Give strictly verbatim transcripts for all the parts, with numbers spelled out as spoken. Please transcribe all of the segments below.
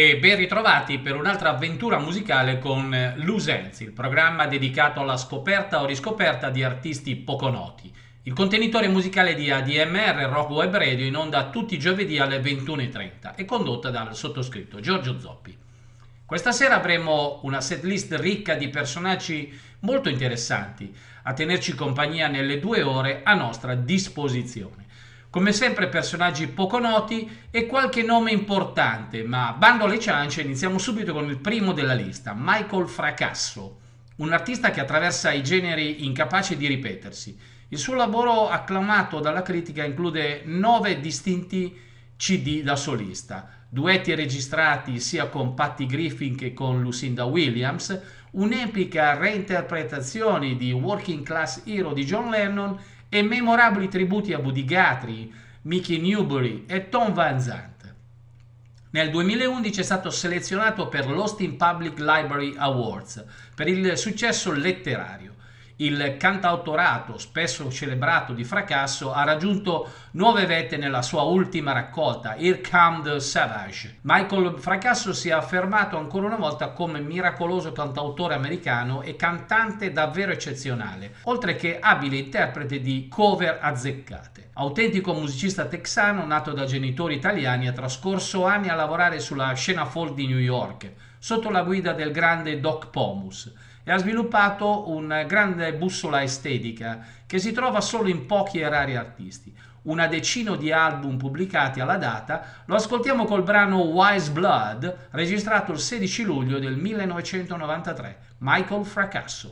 E ben ritrovati per un'altra avventura musicale con Loose Ends, il programma dedicato alla scoperta o riscoperta di artisti poco noti. Il contenitore musicale di A D M R Rock Web Radio in onda tutti i giovedì alle ventuno e trenta e condotta dal sottoscritto Giorgio Zoppi. Questa sera avremo una setlist ricca di personaggi molto interessanti a tenerci compagnia nelle due ore a nostra disposizione. Come sempre personaggi poco noti e qualche nome importante, ma bando alle ciance, iniziamo subito con il primo della lista, Michael Fracasso, un artista che attraversa i generi incapaci di ripetersi. Il suo lavoro acclamato dalla critica include nove distinti C D da solista, duetti registrati sia con Patty Griffin che con Lucinda Williams, un'epica reinterpretazione di Working Class Hero di John Lennon e memorabili tributi a Buddy Guthrie, Mickey Newbury e Tom Van Zandt. Nel duemilaundici è stato selezionato per l'Austin Public Library Awards per il successo letterario. Il cantautorato, spesso celebrato di Fracasso, ha raggiunto nuove vette nella sua ultima raccolta, Here Come the Savage. Michael Fracasso si è affermato ancora una volta come miracoloso cantautore americano e cantante davvero eccezionale, oltre che abile interprete di cover azzeccate. Autentico musicista texano, nato da genitori italiani, ha trascorso anni a lavorare sulla scena folk di New York, sotto la guida del grande Doc Pomus, e ha sviluppato una grande bussola estetica che si trova solo in pochi e rari artisti. Una decina di album pubblicati alla data. Lo ascoltiamo col brano Wise Blood, registrato il sedici luglio del millenovecentonovantatré. Michael Fracasso.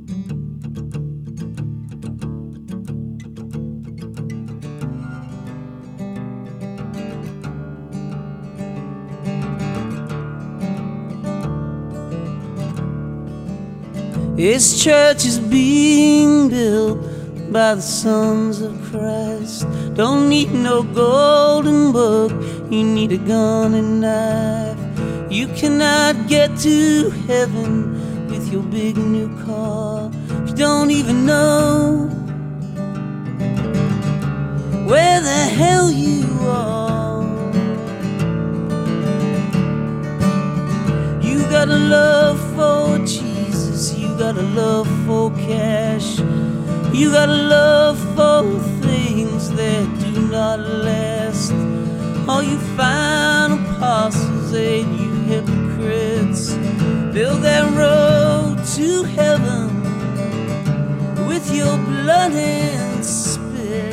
His church is being built by the sons of Christ. Don't need no golden book, you need a gun and knife. You cannot get to heaven with your big new car. You don't even know where the hell you are. You got a love for Jesus, you got a love for cash, you got a love for things that do not last. All you fine apostles and you hypocrites build that road to heaven with your blood and spit.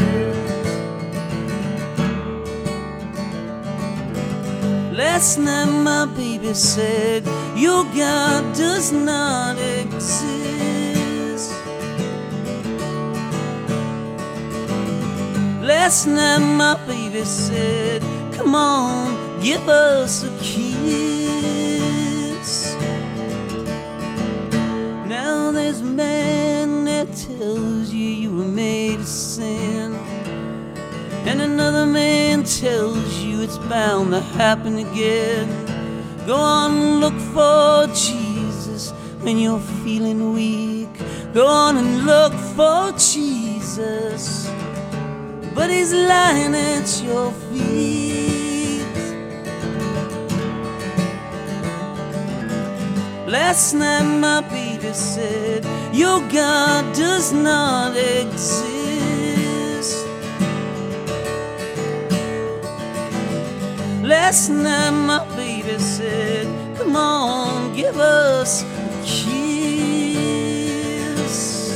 Last night my baby said your God does not exist. Last night my baby said, come on, give us a kiss. Now there's a man that tells you you were made to sin, and another man tells you it's bound to happen again. Go on, look for Jesus when you're feeling weak. Go on and look for Jesus, but he's lying at your feet. Last night my baby said your God does not exist. Last night my baby said, come on, give us a kiss.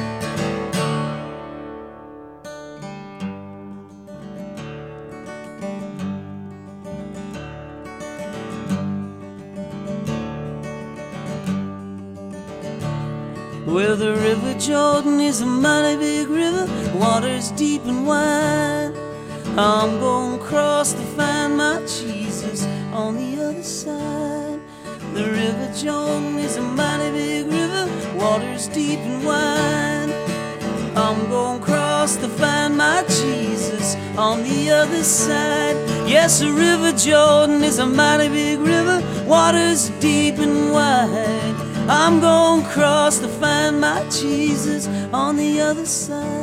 Well, the River Jordan is a mighty big river, water's deep and wide. I'm gonna cross to find my Jesus on the other side. The River Jordan is a mighty big river, water's deep and wide. I'm gonna cross to find my Jesus on the other side. Yes, the River Jordan is a mighty big river, water's deep and wide. I'm gonna cross to find my Jesus on the other side.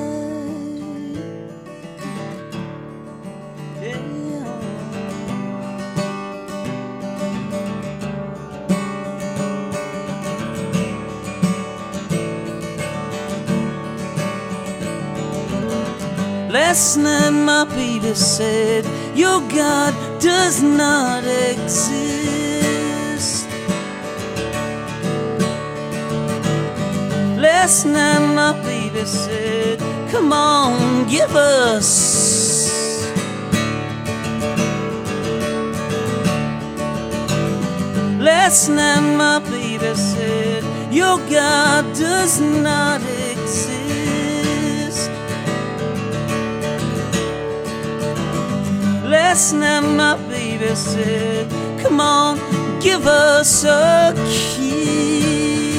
Yeah. Last night my baby said your God does not exist. Last night my baby said, come on, give us. Last night my baby said your God does not exist. Last night my baby said, come on, give us a kiss.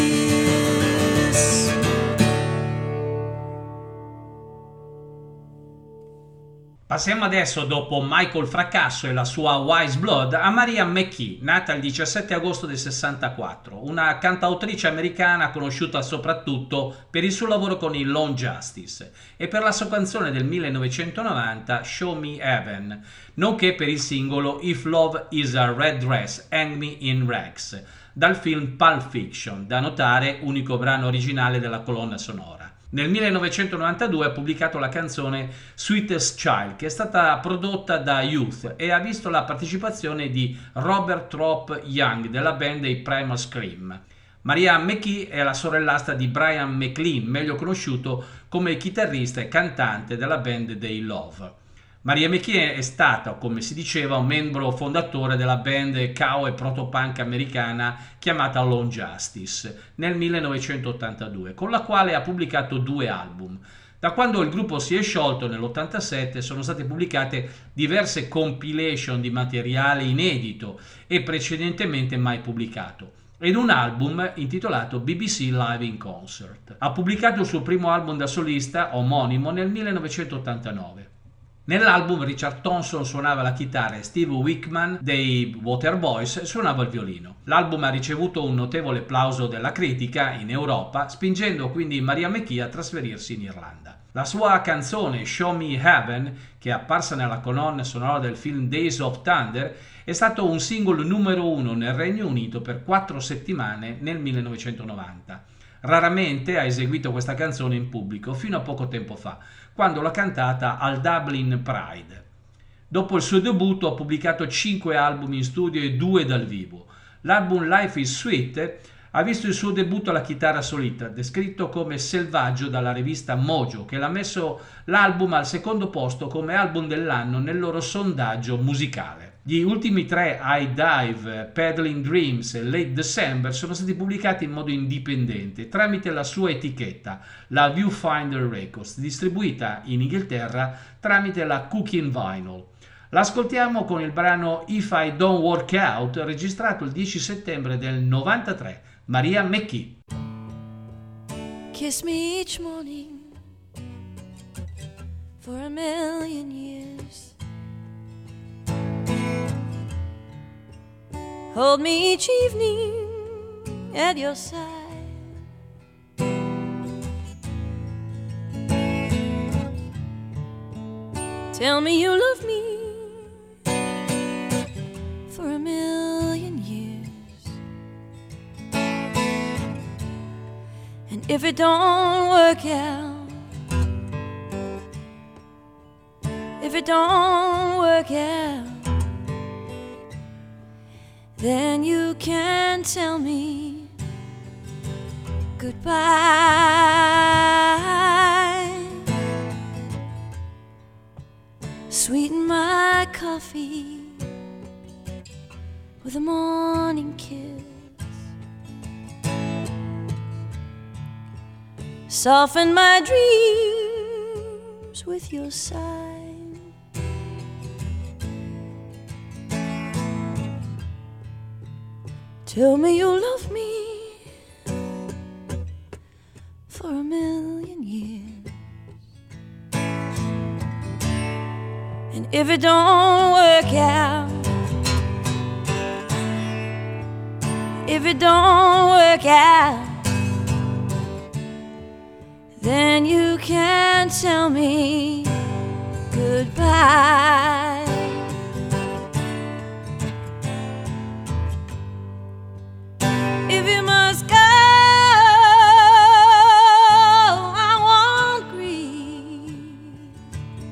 Passiamo adesso, dopo Michael Fracasso e la sua Wise Blood, a Maria McKee, nata il diciassette agosto del sessantaquattro, una cantautrice americana conosciuta soprattutto per il suo lavoro con i Long Justice e per la sua canzone del millenovecentonovanta Show Me Heaven, nonché per il singolo If Love Is a Red Dress, Hang Me in Rags, dal film Pulp Fiction, da notare unico brano originale della colonna sonora. Nel millenovecentonovantadue ha pubblicato la canzone Sweetest Child, che è stata prodotta da Youth e ha visto la partecipazione di Robert Trop Young della band dei Primal Scream. Maria McKee è la sorellastra di Brian McLean, meglio conosciuto come chitarrista e cantante della band dei Love. Maria McKee è stata, come si diceva, un membro fondatore della band cow e protopunk americana chiamata Long Justice nel millenovecentottantadue, con la quale ha pubblicato due album. Da quando il gruppo si è sciolto nell'ottantasette sono state pubblicate diverse compilation di materiale inedito e precedentemente mai pubblicato, ed un album intitolato B B C Live in Concert. Ha pubblicato il suo primo album da solista omonimo nel millenovecentottantanove. Nell'album Richard Thompson suonava la chitarra e Steve Wickman dei Waterboys suonava il violino. L'album ha ricevuto un notevole applauso della critica in Europa, spingendo quindi Maria McKee a trasferirsi in Irlanda. La sua canzone Show Me Heaven, che è apparsa nella colonna sonora del film Days of Thunder, è stato un singolo numero uno nel Regno Unito per quattro settimane nel millenovecentonovanta. Raramente ha eseguito questa canzone in pubblico fino a poco tempo fa, quando l'ha cantata al Dublin Pride. Dopo il suo debutto ha pubblicato cinque album in studio e due dal vivo. L'album Life is Sweet ha visto il suo debutto alla chitarra solista, descritto come selvaggio dalla rivista Mojo, che l'ha messo l'album al secondo posto come album dell'anno nel loro sondaggio musicale. Gli ultimi tre, I Dive, Peddling Dreams e Late December, sono stati pubblicati in modo indipendente tramite la sua etichetta, la Viewfinder Records, distribuita in Inghilterra tramite la Cooking Vinyl. L'ascoltiamo con il brano If I Don't Work Out, registrato il dieci settembre del novantatré, Maria McKee. Kiss me each morning for a million years. Hold me each evening at your side. Tell me you love me for a million years. And if it don't work out, if it don't work out, then you can tell me goodbye. Sweeten my coffee with a morning kiss. Soften my dreams with your sigh. Tell me you love me for a million years. And if it don't work out, if it don't work out, then you can tell me goodbye. If you must go, I won't grieve.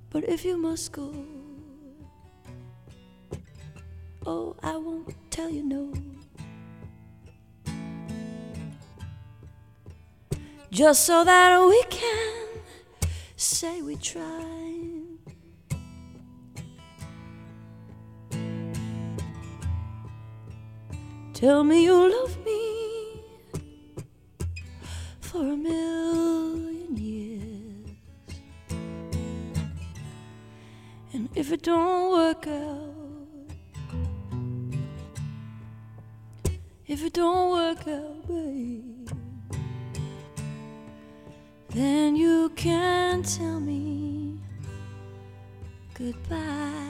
But if you must go, oh, I won't tell you no. Just so that we can say we tried. Tell me you love me for a million years, and if it don't work out, if it don't work out, babe, then you can tell me goodbye.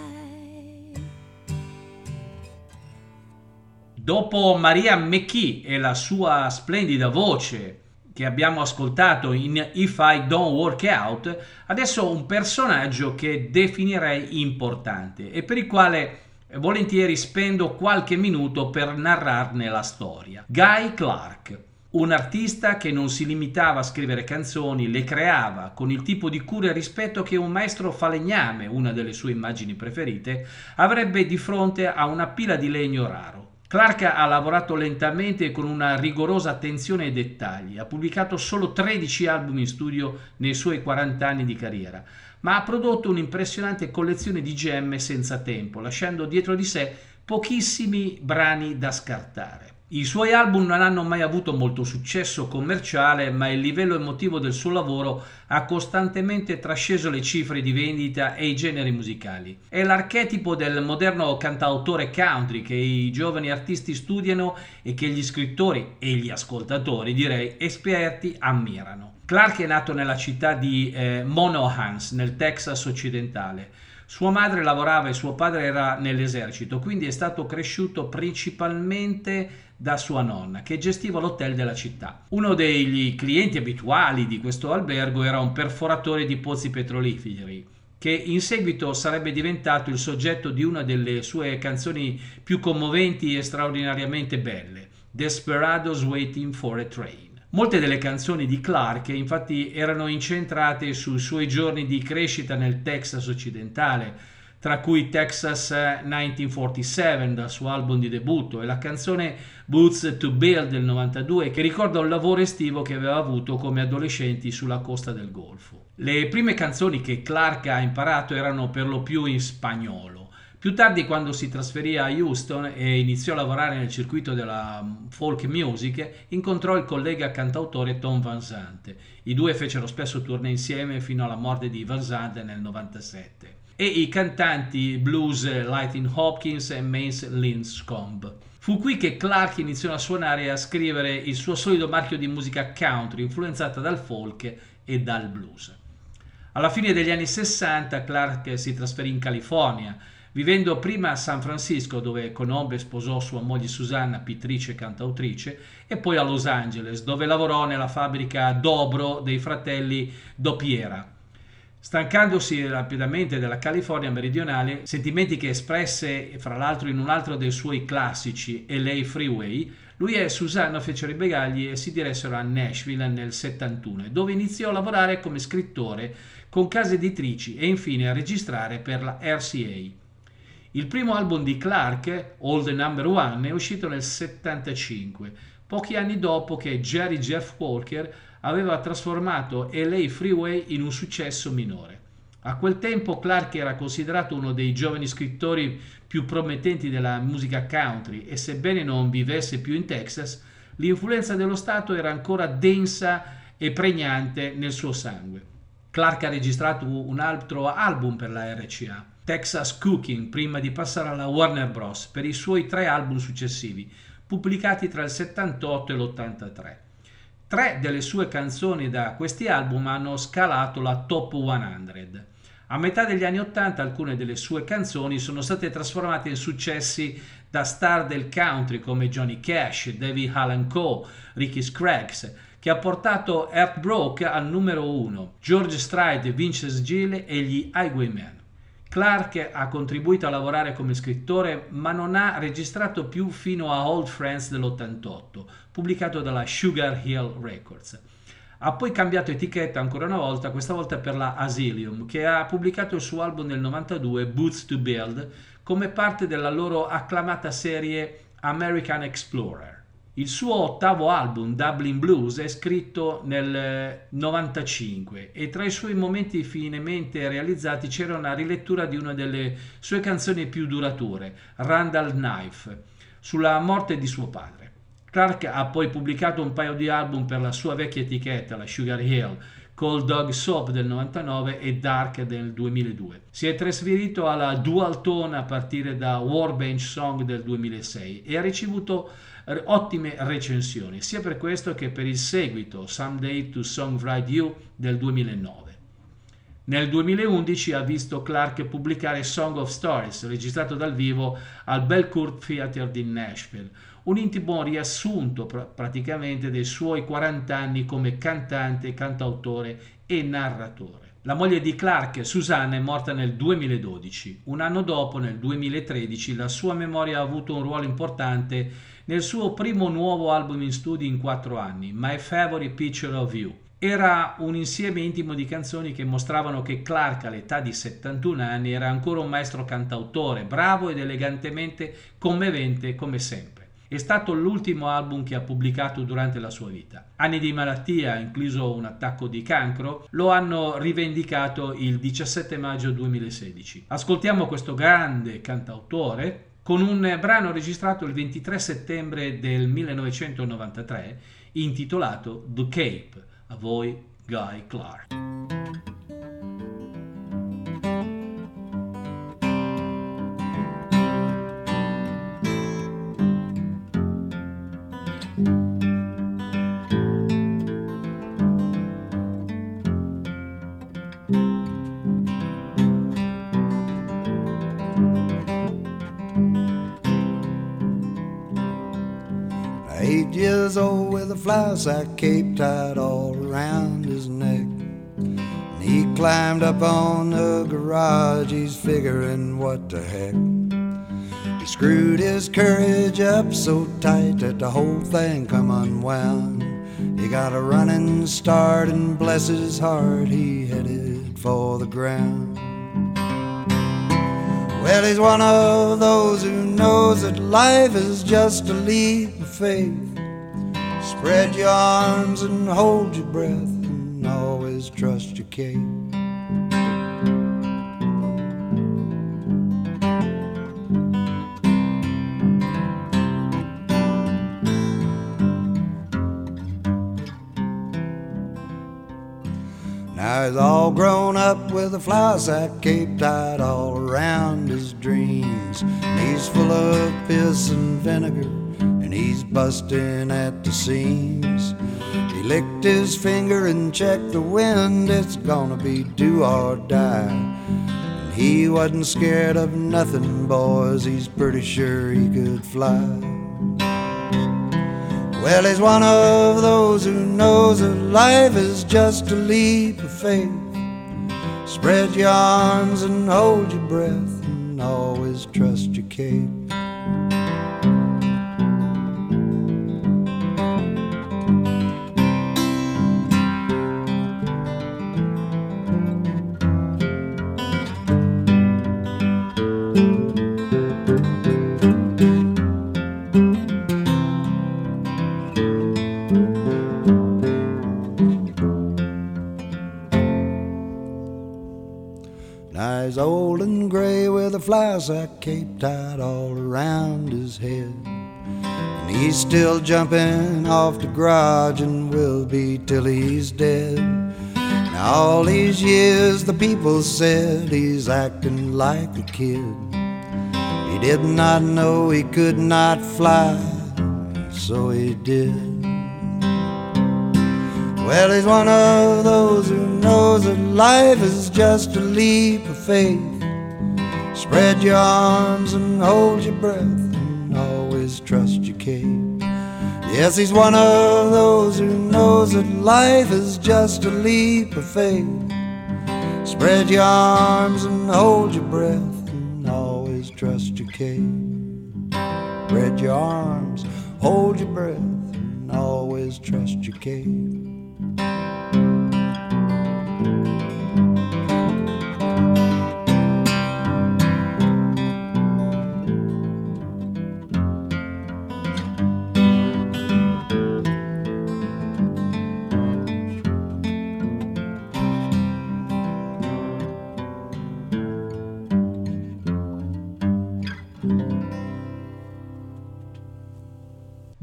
Dopo Maria McKee e la sua splendida voce che abbiamo ascoltato in If I Don't Work Out, adesso un personaggio che definirei importante e per il quale volentieri spendo qualche minuto per narrarne la storia. Guy Clark, un artista che non si limitava a scrivere canzoni, le creava con il tipo di cura e rispetto che un maestro falegname, una delle sue immagini preferite, avrebbe di fronte a una pila di legno raro. Clark ha lavorato lentamente e con una rigorosa attenzione ai dettagli. Ha pubblicato solo tredici album in studio nei suoi quaranta anni di carriera, ma ha prodotto un'impressionante collezione di gemme senza tempo, lasciando dietro di sé pochissimi brani da scartare. I suoi album non hanno mai avuto molto successo commerciale, ma il livello emotivo del suo lavoro ha costantemente trasceso le cifre di vendita e i generi musicali. È l'archetipo del moderno cantautore country che i giovani artisti studiano e che gli scrittori e gli ascoltatori, direi esperti, ammirano. Clark è nato nella città di eh, Monahans, nel Texas occidentale. Sua madre lavorava e suo padre era nell'esercito, quindi è stato cresciuto principalmente da sua nonna, che gestiva l'hotel della città. Uno degli clienti abituali di questo albergo era un perforatore di pozzi petroliferi, che in seguito sarebbe diventato il soggetto di una delle sue canzoni più commoventi e straordinariamente belle, Desperados Waiting for a Train. Molte delle canzoni di Clark infatti erano incentrate sui suoi giorni di crescita nel Texas occidentale, tra cui Texas millenovecentoquarantasette dal suo album di debutto e la canzone Boots to Build del novantadue, che ricorda un lavoro estivo che aveva avuto come adolescenti sulla costa del Golfo. Le prime canzoni che Clark ha imparato erano per lo più in spagnolo. Più tardi, quando si trasferì a Houston e iniziò a lavorare nel circuito della folk music, incontrò il collega cantautore Tom Van Zandt. I due fecero spesso tournée insieme fino alla morte di Van Zandt nel novantasette. E i cantanti blues Lightning Hopkins e Mace Linscomb. Fu qui che Clark iniziò a suonare e a scrivere il suo solido marchio di musica country, influenzata dal folk e dal blues. Alla fine degli anni sessanta Clark si trasferì in California, vivendo prima a San Francisco, dove conobbe e sposò sua moglie Susanna, pittrice e cantautrice, e poi a Los Angeles, dove lavorò nella fabbrica Dobro dei fratelli Dopiera. Stancandosi rapidamente della California meridionale, sentimenti che espresse fra l'altro in un altro dei suoi classici, L A Freeway, lui e Susanna fecero i bagagli e si diressero a Nashville nel settantuno, dove iniziò a lavorare come scrittore con case editrici e infine a registrare per la R C A. Il primo album di Clark, All the Number One, è uscito nel settantacinque, pochi anni dopo che Jerry Jeff Walker aveva trasformato L A Freeway in un successo minore. A quel tempo Clark era considerato uno dei giovani scrittori più promettenti della musica country e sebbene non vivesse più in Texas, l'influenza dello stato era ancora densa e pregnante nel suo sangue. Clark ha registrato un altro album per la R C A, Texas Cooking, prima di passare alla Warner Bros. Per i suoi tre album successivi, pubblicati tra il settantotto e l'ottantatré. Tre delle sue canzoni da questi album hanno scalato la top cento. A metà degli anni ottanta alcune delle sue canzoni sono state trasformate in successi da star del country come Johnny Cash, David Allan Coe, Ricky Scruggs, che ha portato Heartbroken al numero uno, George Strait, Vince Gill e gli Highwaymen. Clark ha contribuito a lavorare come scrittore, ma non ha registrato più fino a Old Friends dell'ottantotto, pubblicato dalla Sugar Hill Records. Ha poi cambiato etichetta ancora una volta, questa volta per la Asylum, che ha pubblicato il suo album nel novantadue, Boots to Build, come parte della loro acclamata serie American Explorer. Il suo ottavo album, Dublin Blues, è scritto nel novantacinque e tra i suoi momenti finemente realizzati c'era una rilettura di una delle sue canzoni più durature, Randall Knife, sulla morte di suo padre. Clark ha poi pubblicato un paio di album per la sua vecchia etichetta, la Sugar Hill, Cold Dog Soap del novantanove e Dark del duemiladue. Si è trasferito alla Dual Tone a partire da Warbench Song del duemilasei e ha ricevuto ottime recensioni, sia per questo che per il seguito, Someday to Songwrite You del duemilanove. Nel duemilaundici ha visto Clark pubblicare Song of Stories, registrato dal vivo al Belcourt Theatre di Nashville, un intimo riassunto pr- praticamente dei suoi quaranta anni come cantante, cantautore e narratore. La moglie di Clark, Susanna, è morta nel duemiladodici. Un anno dopo, nel duemilatredici, la sua memoria ha avuto un ruolo importante nel suo primo nuovo album in studio in quattro anni, My Favorite Picture of You. Era un insieme intimo di canzoni che mostravano che Clark, all'età di settantuno anni, era ancora un maestro cantautore, bravo ed elegantemente commovente come sempre. È stato l'ultimo album che ha pubblicato durante la sua vita. Anni di malattia, incluso un attacco di cancro, lo hanno rivendicato il diciassette maggio duemilasedici. Ascoltiamo questo grande cantautore con un brano registrato il ventitré settembre del millenovecentonovantatré intitolato The Cape. A voi, Guy Clark. Eight years old with a flour sack cape tied all around his neck. And he climbed up on the garage, he's figuring what the heck. He screwed his courage up so tight that the whole thing come unwound. He got a running start and bless his heart, he headed for the ground. Well, he's one of those who knows that life is just a leap of faith. Spread your arms and hold your breath and always trust your cape. Now he's all grown up with a flour sack cape tied all around his dreams. And he's full of piss and vinegar, and he's busting at the seams. He licked his finger and checked the wind, it's gonna be do or die. And he wasn't scared of nothing, boys, he's pretty sure he could fly. Well, he's one of those who knows that life is just a leap of faith. Spread your arms and hold your breath and always trust your cape. Now he's old and gray with a flour sack cape tied all around his head. And he's still jumping off the garage and will be till he's dead. Now all these years the people said he's acting like a kid. He did not know he could not fly, so he did. Well, he's one of those who knows that life is just a leap of faith. Spread your arms and hold your breath and always trust your cape. Yes, he's one of those who knows that life is just a leap of faith. Spread your arms and hold your breath and always trust your cape. Spread your arms, hold your breath and always trust your cape.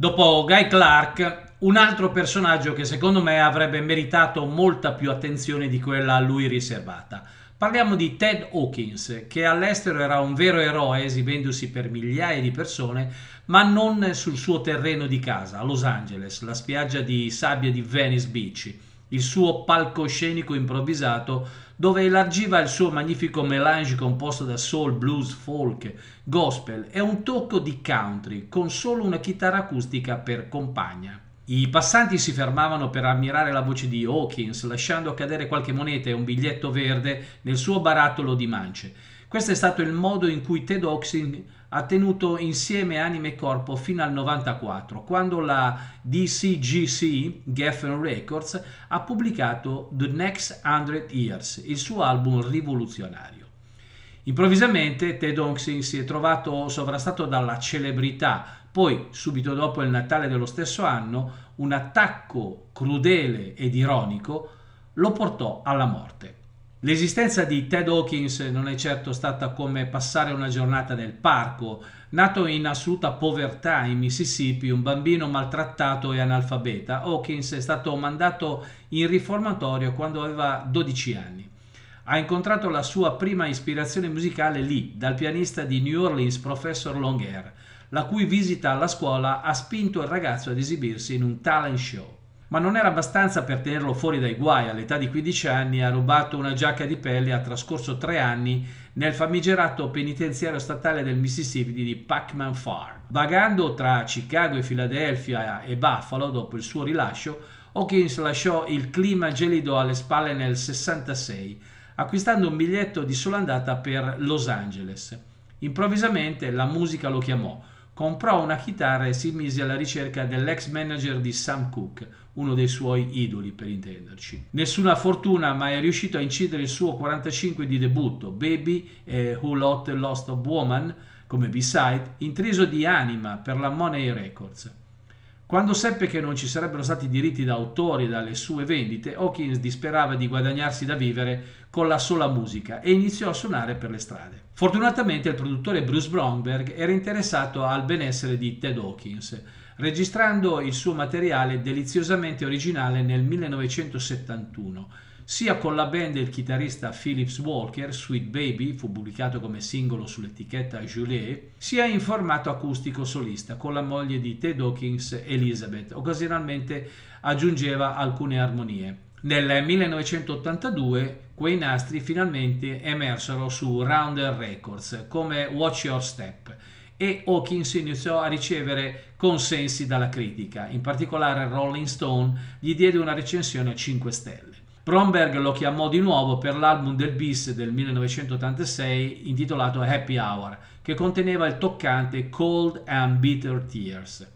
Dopo Guy Clark, un altro personaggio che secondo me avrebbe meritato molta più attenzione di quella a lui riservata. Parliamo di Ted Hawkins, che all'estero era un vero eroe esibendosi per migliaia di persone, ma non sul suo terreno di casa, a Los Angeles, la spiaggia di sabbia di Venice Beach, il suo palcoscenico improvvisato dove elargiva il suo magnifico melange composto da soul, blues, folk, gospel e un tocco di country con solo una chitarra acustica per compagna. I passanti si fermavano per ammirare la voce di Hawkins, lasciando cadere qualche moneta e un biglietto verde nel suo barattolo di mance. Questo è stato il modo in cui Ted Hawkins ha tenuto insieme anima e corpo fino al novantaquattro, quando la D C G C, Geffen Records, ha pubblicato The Next Hundred Years, il suo album rivoluzionario. Improvvisamente Ted Hawkins si è trovato sovrastato dalla celebrità. Poi, subito dopo il Natale dello stesso anno, un attacco crudele ed ironico lo portò alla morte. L'esistenza di Ted Hawkins non è certo stata come passare una giornata nel parco. Nato in assoluta povertà in Mississippi, un bambino maltrattato e analfabeta, Hawkins è stato mandato in riformatorio quando aveva dodici anni. Ha incontrato la sua prima ispirazione musicale lì, dal pianista di New Orleans Professor Longhair, la cui visita alla scuola ha spinto il ragazzo ad esibirsi in un talent show. Ma non era abbastanza per tenerlo fuori dai guai. All'età di quindici anni ha rubato una giacca di pelle e ha trascorso tre anni nel famigerato penitenziario statale del Mississippi di Packman Farm. Vagando tra Chicago e Filadelfia e Buffalo dopo il suo rilascio, Hawkins lasciò il clima gelido alle spalle nel sessantasei, acquistando un biglietto di sola andata per Los Angeles. Improvvisamente la musica lo chiamò. Comprò una chitarra e si mise alla ricerca dell'ex manager di Sam Cooke, uno dei suoi idoli per intenderci. Nessuna fortuna, ma è riuscito a incidere il suo quarantacinque di debutto, Baby e Who Lot Lost of Woman, come B-side, intriso di anima per la Money Records. Quando seppe che non ci sarebbero stati diritti d'autore dalle sue vendite, Hawkins disperava di guadagnarsi da vivere con la sola musica e iniziò a suonare per le strade. Fortunatamente il produttore Bruce Bromberg era interessato al benessere di Ted Hawkins, registrando il suo materiale deliziosamente originale nel millenovecentosettantuno. Sia con la band del chitarrista Phillips Walker, Sweet Baby fu pubblicato come singolo sull'etichetta Juliet, sia in formato acustico solista con la moglie di Ted Hawkins, Elizabeth. Occasionalmente aggiungeva alcune armonie. Nel millenovecentottantadue quei nastri finalmente emersero su Rounder Records come Watch Your Step e Hawkins iniziò a ricevere consensi dalla critica. In particolare Rolling Stone gli diede una recensione a cinque stelle. Bromberg lo chiamò di nuovo per l'album del bis del millenovecentottantasei intitolato Happy Hour, che conteneva il toccante Cold and Bitter Tears.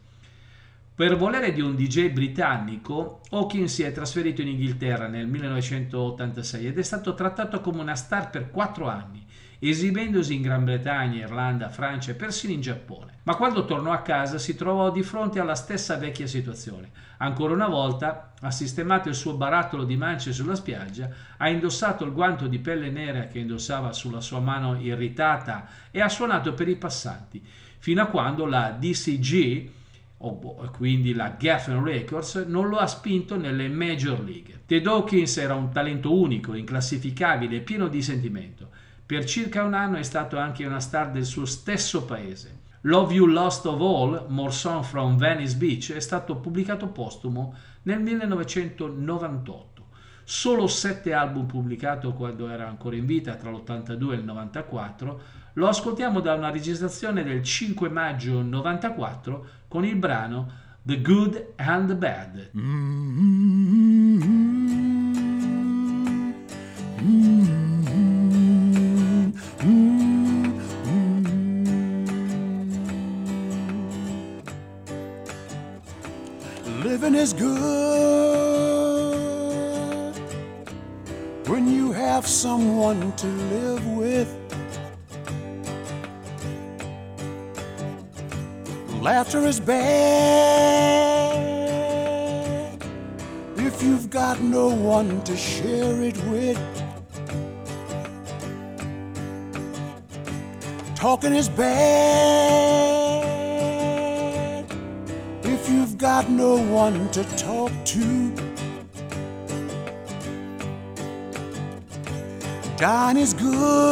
Per volere di un D J britannico, Hawkins si è trasferito in Inghilterra nel millenovecentottantasei ed è stato trattato come una star per quattro anni, esibendosi in Gran Bretagna, Irlanda, Francia e persino in Giappone. Ma quando tornò a casa si trovò di fronte alla stessa vecchia situazione. Ancora una volta ha sistemato il suo barattolo di mance sulla spiaggia, ha indossato il guanto di pelle nera che indossava sulla sua mano irritata e ha suonato per i passanti, fino a quando la D C G, o quindi la Geffen Records, non lo ha spinto nelle Major League. Ted Hawkins era un talento unico, inclassificabile e pieno di sentimento. Per circa un anno è stato anche una star del suo stesso paese. Love You Lost of All, More Song from Venice Beach, è stato pubblicato postumo nel millenovecentonovantotto. Solo sette album pubblicato quando era ancora in vita, tra l'ottantadue e il novantaquattro, lo ascoltiamo da una registrazione del cinque maggio novantaquattro con il brano The Good and the Bad. Mm-hmm. Mm-hmm. Mm-hmm. Living is good when you have someone to live with. Laughter is bad if you've got no one to share it with. Talking is bad if you've got no one to talk to. Dying is good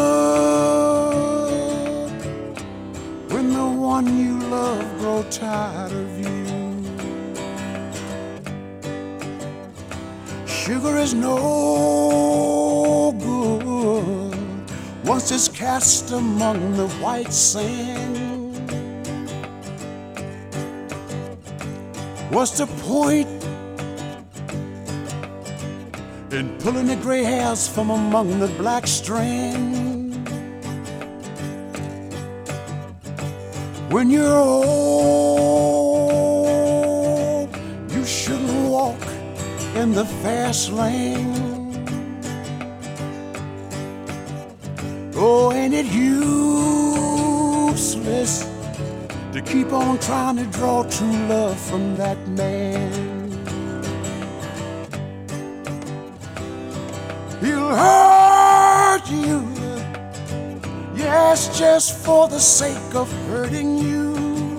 when the one you love grow tired of you. Sugar is no good once it's cast among the white sand. What's the point in pulling the gray hairs from among the black strand? When you're old, you shouldn't walk in the fast lane. Oh, ain't it useless to keep on trying to draw true love from that man? He'll hurt you, yes, just for the sake of hurting you.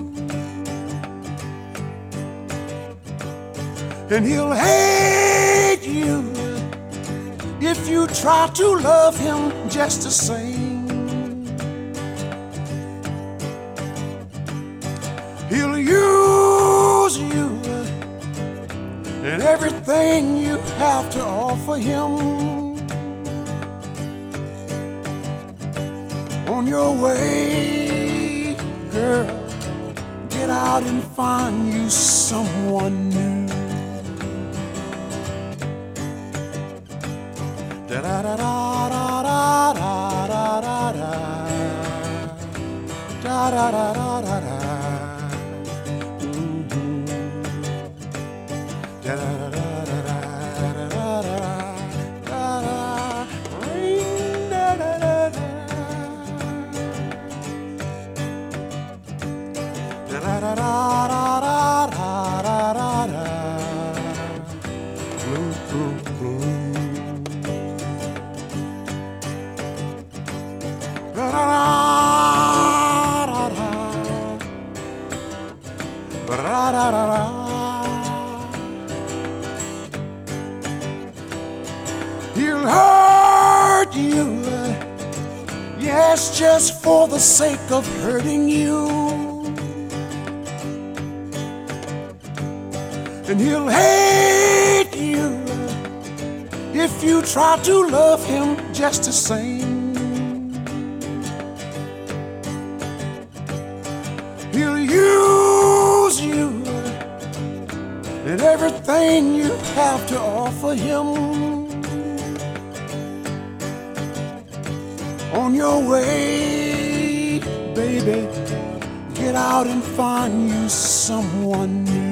And he'll hate you if you try to love him just the same. He'll use you and everything you have to offer him. On your way, girl, get out and find you someone new. Da da da da da da da da da da da da da da. Da da da da da da da da da. Ring da da da da. Da da da da da da da da da. Blue, blue, blue. Da da da da da da da da. He'll hurt you, yes, just for the sake of hurting you. And he'll hate you if you try to love him just the same. He'll use you and everything you have to offer him. On your way, baby, get out and find you someone new.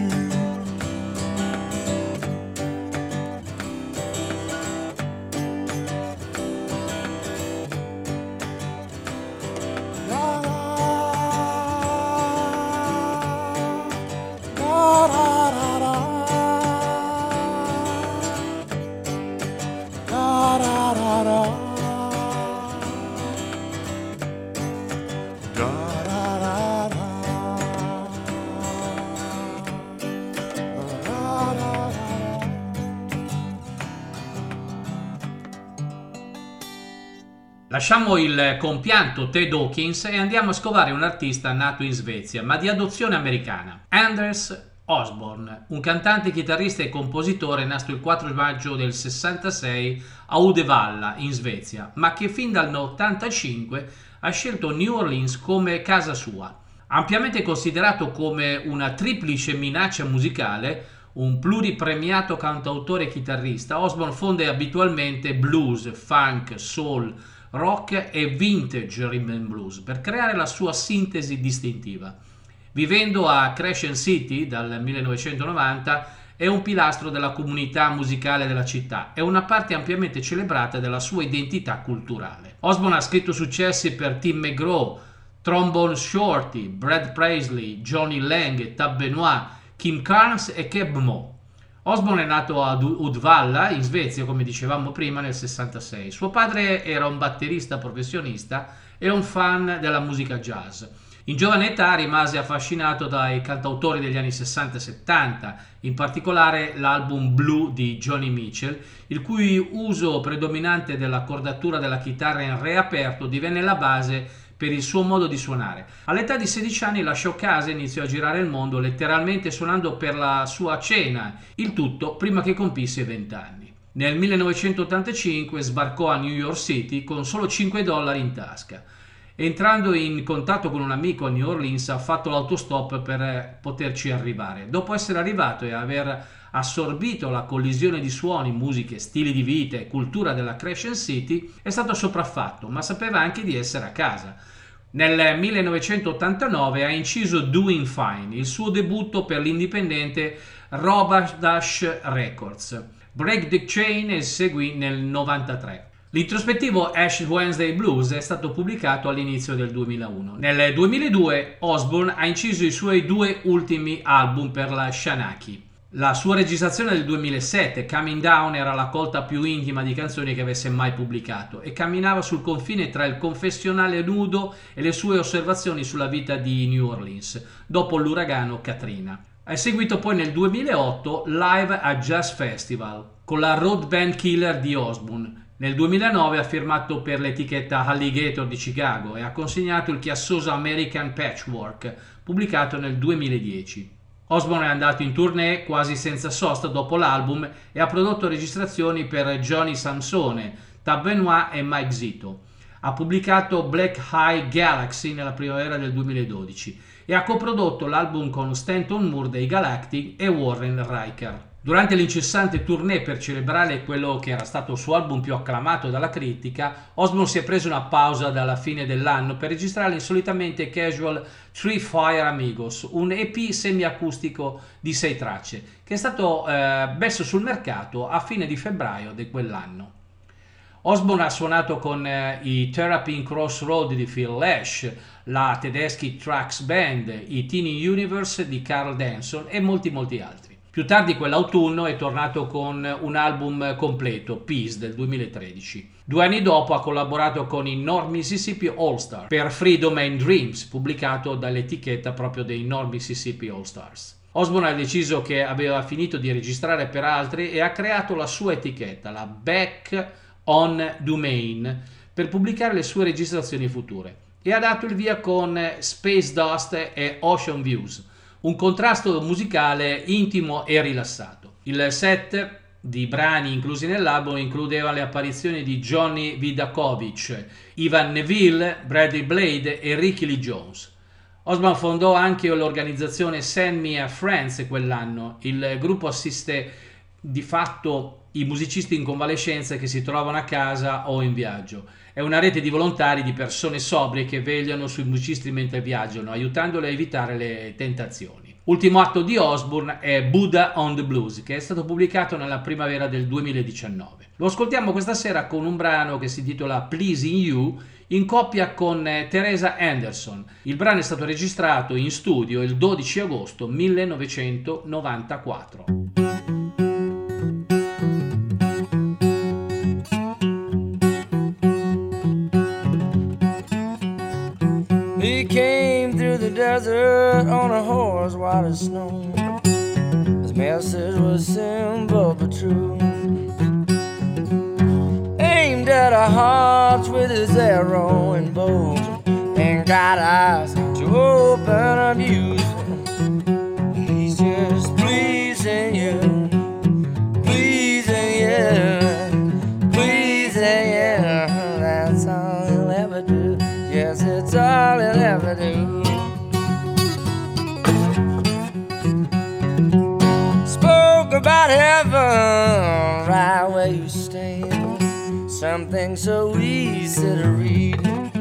Lasciamo il compianto Ted Hawkins e andiamo a scovare un artista nato in Svezia, ma di adozione americana. Anders Osborne, un cantante, chitarrista e compositore nato il quattro maggio del sessantasei a Uddevalla, in Svezia, ma che fin dal ottantacinque ha scelto New Orleans come casa sua. Ampiamente considerato come una triplice minaccia musicale, un pluripremiato cantautore e chitarrista, Osborne fonde abitualmente blues, funk, soul, rock e vintage rhythm and blues per creare la sua sintesi distintiva. Vivendo a Crescent City dal millenovecentonovanta, è un pilastro della comunità musicale della città e una parte ampiamente celebrata della sua identità culturale. Osborne ha scritto successi per Tim McGraw, Trombone Shorty, Brad Paisley, Johnny Lang, Tab Benoit, Kim Carnes e Keb Mo. Osborne è nato ad Uddevalla, in Svezia, come dicevamo prima, nel sessantasei. Suo padre era un batterista professionista e un fan della musica jazz. In giovane età rimase affascinato dai cantautori degli anni sessanta e settanta, in particolare l'album Blue di Joni Mitchell, il cui uso predominante dell'accordatura della chitarra in re aperto divenne la base per il suo modo di suonare. All'età di sedici anni lasciò casa e iniziò a girare il mondo, letteralmente suonando per la sua cena, il tutto prima che compisse venti anni. Nel millenovecentottantacinque sbarcò a New York City con solo cinque dollari in tasca. Entrando in contatto con un amico a New Orleans ha fatto l'autostop per poterci arrivare. Dopo essere arrivato e aver assorbito la collisione di suoni, musiche, stili di vita e cultura della Crescent City, è stato sopraffatto, ma sapeva anche di essere a casa. Nel millenovecentottantanove ha inciso Doing Fine, il suo debutto per l'indipendente Robadash Records. Break the Chain seguì nel novantatré. L'introspettivo Ash Wednesday Blues è stato pubblicato all'inizio del duemilauno. Nel duemiladue Osbourne ha inciso i suoi due ultimi album per la Shanachie. La sua registrazione del duemilasette, Coming Down, era la colta più intima di canzoni che avesse mai pubblicato e camminava sul confine tra il confessionale nudo e le sue osservazioni sulla vita di New Orleans dopo l'uragano Katrina. È seguito poi nel duemilaotto Live a Jazz Festival con la Road Band Killer di Osbourne. Nel duemilanove ha firmato per l'etichetta Alligator di Chicago e ha consegnato il chiassoso American Patchwork, pubblicato nel duemiladieci. Osbourne è andato in tournée quasi senza sosta dopo l'album e ha prodotto registrazioni per Johnny Samsone, Tab Benoit e Mike Zito. Ha pubblicato Black High Galaxy nella primavera del duemiladodici e ha coprodotto l'album con Stanton Moore dei Galactic e Warren Riker. Durante l'incessante tournée per celebrare quello che era stato il suo album più acclamato dalla critica, Osbourne si è preso una pausa dalla fine dell'anno per registrare l'insolitamente casual Three Fire Amigos, un E P semiacustico di sei tracce, che è stato eh, messo sul mercato a fine di febbraio di quell'anno. Osbourne ha suonato con eh, i Therapy in Crossroad di Phil Lesh, la Tedeschi Trax Band, i Teeny Universe di Carl Denson e molti molti altri. Più tardi quell'autunno è tornato con un album completo, Peace, del duemilatredici. Due anni dopo ha collaborato con i North Mississippi All Stars per Freedom and Dreams, pubblicato dall'etichetta proprio dei North Mississippi All Stars. Osbourne ha deciso che aveva finito di registrare per altri e ha creato la sua etichetta, la Back on Domain, per pubblicare le sue registrazioni future. E ha dato il via con Space Dust e Ocean Views, un contrasto musicale intimo e rilassato. Il set di brani inclusi nell'album includeva le apparizioni di Johnny Vidakovic, Ivan Neville, Bradley Blade e Ricky Lee Jones. Osbourne fondò anche l'organizzazione Send Me a Friends quell'anno. Il gruppo assiste di fatto i musicisti in convalescenza che si trovano a casa o in viaggio. È una rete di volontari, di persone sobrie che vegliano sui musicisti mentre viaggiano, aiutandoli a evitare le tentazioni. Ultimo atto di Osbourne è Buddha on the Blues, che è stato pubblicato nella primavera del duemiladiciannove. Lo ascoltiamo questa sera con un brano che si intitola Pleasing You, in coppia con Teresa Anderson. Il brano è stato registrato in studio il dodici agosto millenovecentonovantaquattro. He came through the desert on a horse while it snowed. His message was simple but true. Aimed at our hearts with his arrow and bow, and got eyes to open our views. He's just pleasing you, pleasing you, pleasing you. That's all he'll ever do. Yes, it's all he'll ever do. Spoke about heaven right where you stand, something so easy to read.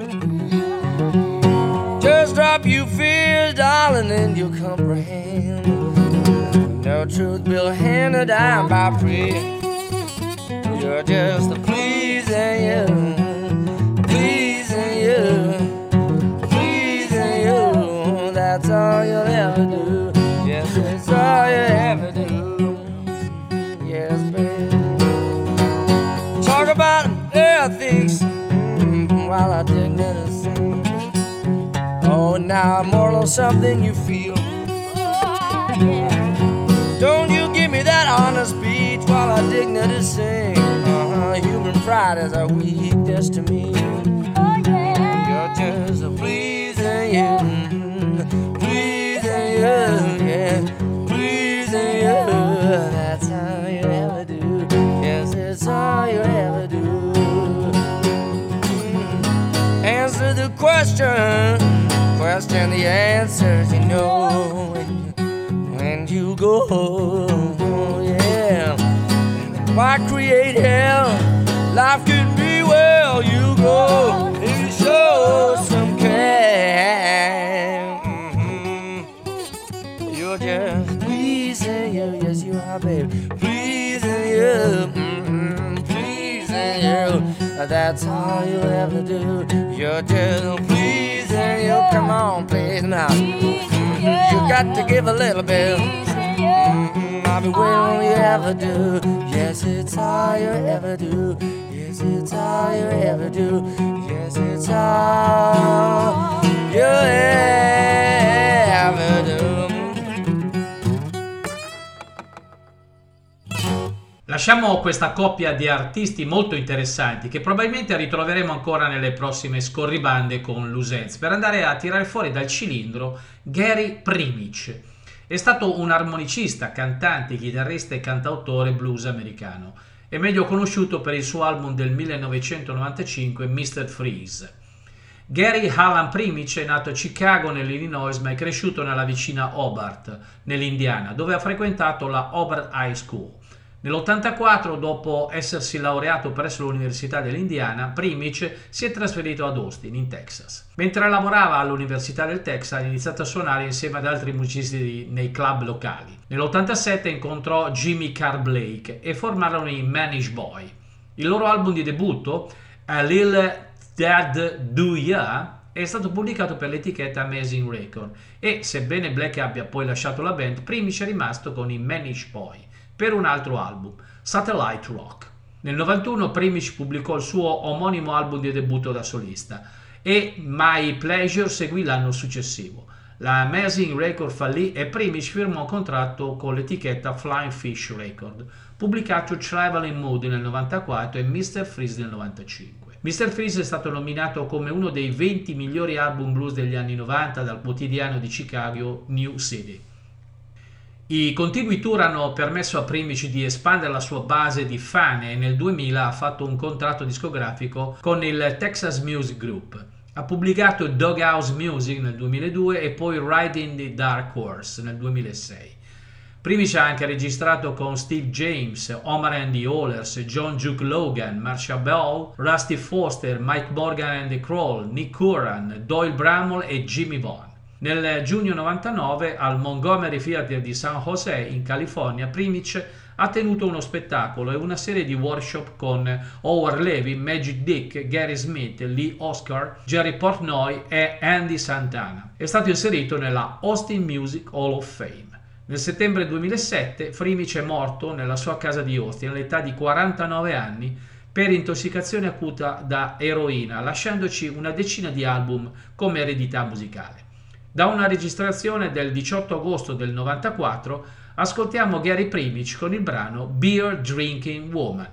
Just drop your fears, darling, and you'll comprehend. No truth will hand it down by prayer. You're just a pleasing you, pleasing you, pleasing you. That's all you'll ever do. Yes, it's all you ever do. Yes, baby. Talk about ethics mm, while I dig in the sea. Oh, know now more than something you feel. Don't you give me that honest speech while our dignity sing. Uh-huh. Human pride is a weakness to me. You're just a pleasing you, pleasing you, yeah, pleasing you. That's all you ever do. Yes, it's all you ever do. Answer the question, question the answers, you know. When you go, yeah. Why create hell? Life could be well. You go if you show some care. Mm-hmm. You're just pleasing you, yes you are, baby. Pleasing you, mm-hmm. Pleasing you. That's all you ever do. You're just pleasing you. Come on, please now. You got to give a little bit. Mm-mm, I'll be waiting all you ever do. Yes, it's all you ever do. Yes, it's all you ever do. Yes, it's all you ever do. Lasciamo questa coppia di artisti molto interessanti che probabilmente ritroveremo ancora nelle prossime scorribande con Lucenz per andare a tirare fuori dal cilindro Gary Primic. È stato un armonicista, cantante, chitarrista e cantautore blues americano. È meglio conosciuto per il suo album del millenovecentonovantacinque mister Freeze. Gary Alan Primic è nato a Chicago nell'Illinois ma è cresciuto nella vicina Hobart, nell'Indiana, dove ha frequentato la Hobart High School. Nell'ottantaquattro, dopo essersi laureato presso l'Università dell'Indiana, Primic si è trasferito ad Austin, in Texas. Mentre lavorava all'Università del Texas, ha iniziato a suonare insieme ad altri musicisti nei club locali. Nell'ottantasette incontrò Jimmy Carr Blake e formarono i Manish Boy. Il loro album di debutto, A Little Dad Do Ya, è stato pubblicato per l'etichetta Amazing Record e, sebbene Blake abbia poi lasciato la band, Primic è rimasto con i Manish Boy per un altro album, Satellite Rock. Nel novantuno Primic pubblicò il suo omonimo album di debutto da solista e My Pleasure seguì l'anno successivo. La Amazing Record fallì e Primic firmò un contratto con l'etichetta Flying Fish Record, pubblicato Traveling Mood nel novantaquattro e mister Freeze nel novantacinque. mister Freeze è stato nominato come uno dei venti migliori album blues degli anni novanta dal quotidiano di Chicago New City. I contigui tour hanno permesso a Primic di espandere la sua base di fan e nel duemila ha fatto un contratto discografico con il Texas Music Group. Ha pubblicato Doghouse Music nel duemiladue e poi Riding the Dark Horse nel duemilasei. Primic ha anche registrato con Steve James, Omar and the Ollers, John Duke Logan, Marcia Bell, Rusty Foster, Mike Morgan and the Crawl, Nick Curran, Doyle Bramall e Jimmy Vaughn. Nel giugno novantanove al Montgomery Theater di San Jose in California, Primic ha tenuto uno spettacolo e una serie di workshop con Howard Levy, Magic Dick, Gary Smith, Lee Oscar, Jerry Portnoy e Andy Santana. È stato inserito nella Austin Music Hall of Fame. Nel settembre duemilasette Primic è morto nella sua casa di Austin all'età di quarantanove anni per intossicazione acuta da eroina, lasciandoci una decina di album come eredità musicale. Da una registrazione del diciotto agosto del novantaquattro ascoltiamo Gary Primic con il brano Beer Drinking Woman.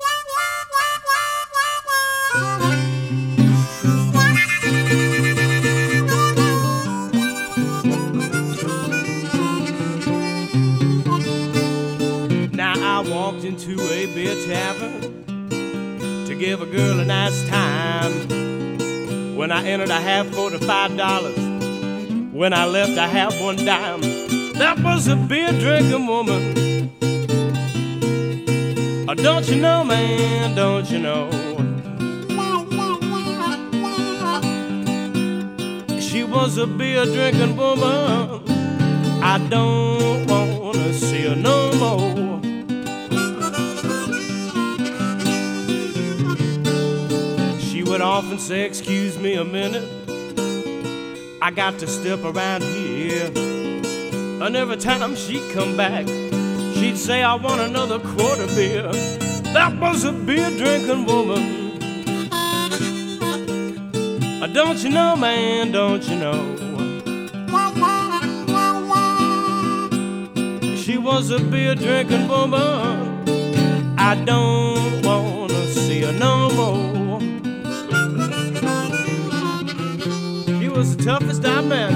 Now I walked into a beer tavern to give a girl a nice time. When I entered I had forty-five dollars. When I left, I had one dime. That was a beer drinking woman. Oh, don't you know, man, don't you know? She was a beer drinking woman. I don't wanna see her no more. She would often say, excuse me a minute, I got to step around here. And every time she'd come back, she'd say, I want another quarter beer. That was a beer drinking woman. Don't you know, man, don't you know? was a beer drinking woman. I don't wanna see her no more. She was the toughest I met.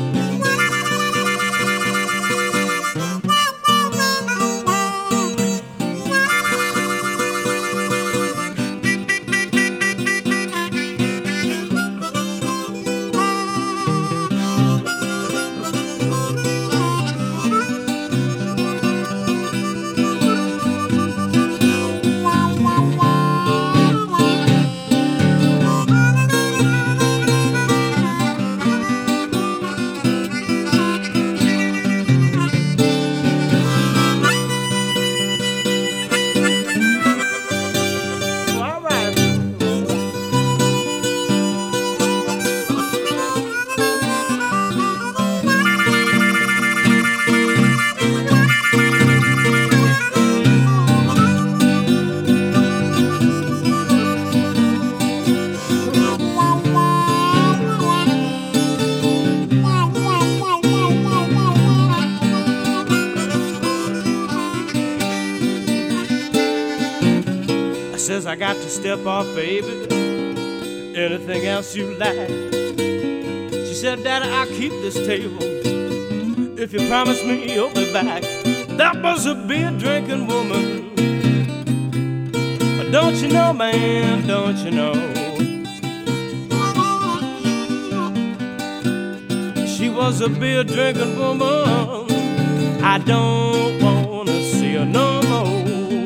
Says I got to step off, baby. Anything else you like? She said, Daddy, I'll keep this table if you promise me you'll be back. That was a beer drinking woman. Don't you know, man? Don't you know? She was a beer drinking woman. I don't wanna see her no more.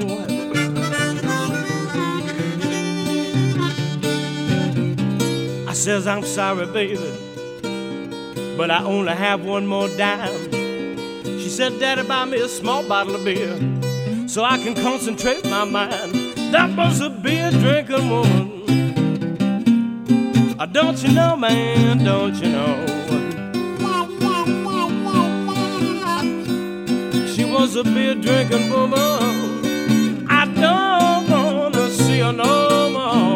I says, I'm sorry, baby, but I only have one more dime. She said, Daddy, buy me a small bottle of beer so I can concentrate my mind. That was a beer drinking woman. Uh, don't you know, man, don't you know? She was a beer drinking woman. I don't wanna see her no more.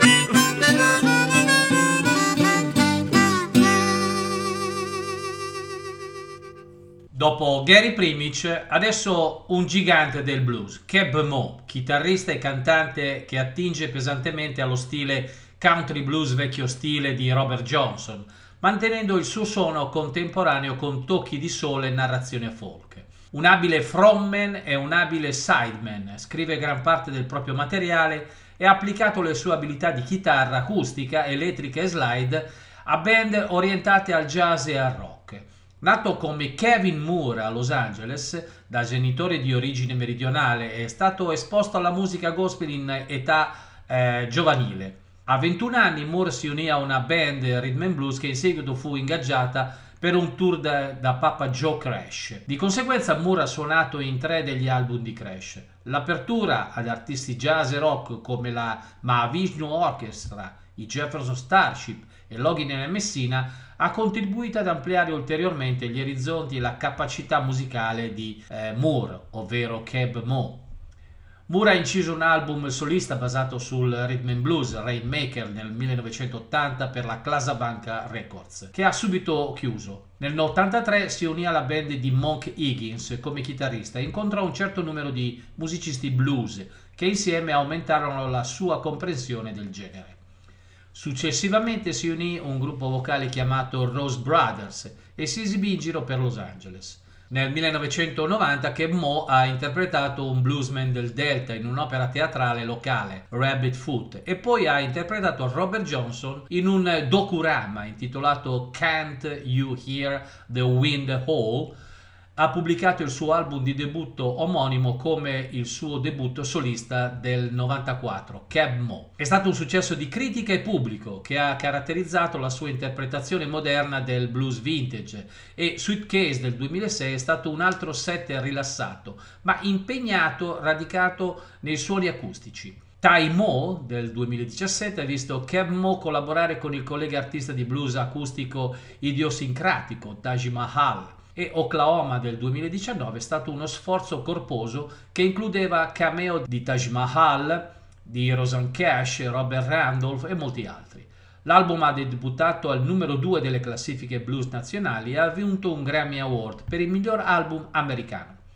Dopo Gary Primic, adesso un gigante del blues, Keb Mo, chitarrista e cantante che attinge pesantemente allo stile country blues vecchio stile di Robert Johnson, mantenendo il suo suono contemporaneo con tocchi di soul e narrazione folk. Un abile frontman e un abile sideman, scrive gran parte del proprio materiale e ha applicato le sue abilità di chitarra acustica, elettrica e slide a band orientate al jazz e al rock. Nato come Kevin Moore a Los Angeles, da genitori di origine meridionale, è stato esposto alla musica gospel in età eh, giovanile. A ventuno anni Moore si unì a una band rhythm and blues che in seguito fu ingaggiata per un tour da, da Papa Joe Crash. Di conseguenza Moore ha suonato in tre degli album di Crash. L'apertura ad artisti jazz e rock come la Mahavishnu Orchestra, i Jefferson Starship e Loggin and Messina ha contribuito ad ampliare ulteriormente gli orizzonti e la capacità musicale di eh, Moore, ovvero Keb Mo. Moore ha inciso un album solista basato sul rhythm and blues, Rainmaker, nel millenovecentottanta per la Casablanca Records, che ha subito chiuso. Nel novantatré si unì alla band di Monk Higgins come chitarrista e incontrò un certo numero di musicisti blues che insieme aumentarono la sua comprensione del genere. Successivamente si unì un gruppo vocale chiamato Rose Brothers e si esibì in giro per Los Angeles. Nel millenovecentonovanta Keb Mo ha interpretato un bluesman del Delta in un'opera teatrale locale, Rabbit Foot, e poi ha interpretato Robert Johnson in un docurama intitolato Can't You Hear the Wind Howl. Ha pubblicato il suo album di debutto omonimo come il suo debutto solista del novantaquattro, Keb Mo. È stato un successo di critica e pubblico che ha caratterizzato la sua interpretazione moderna del blues vintage, e Suitcase del duemilasei è stato un altro set rilassato, ma impegnato, radicato nei suoni acustici. Ty Mo del duemiladiciassette ha visto Keb Mo collaborare con il collega artista di blues acustico idiosincratico Taj Mahal, e Oklahoma del duemiladiciannove è stato uno sforzo corposo che includeva cameo di Taj Mahal, di Rosanne Cash, Robert Randolph e molti altri. L'album ha debuttato al numero due delle classifiche blues nazionali e ha vinto un Grammy Award per il miglior album americano.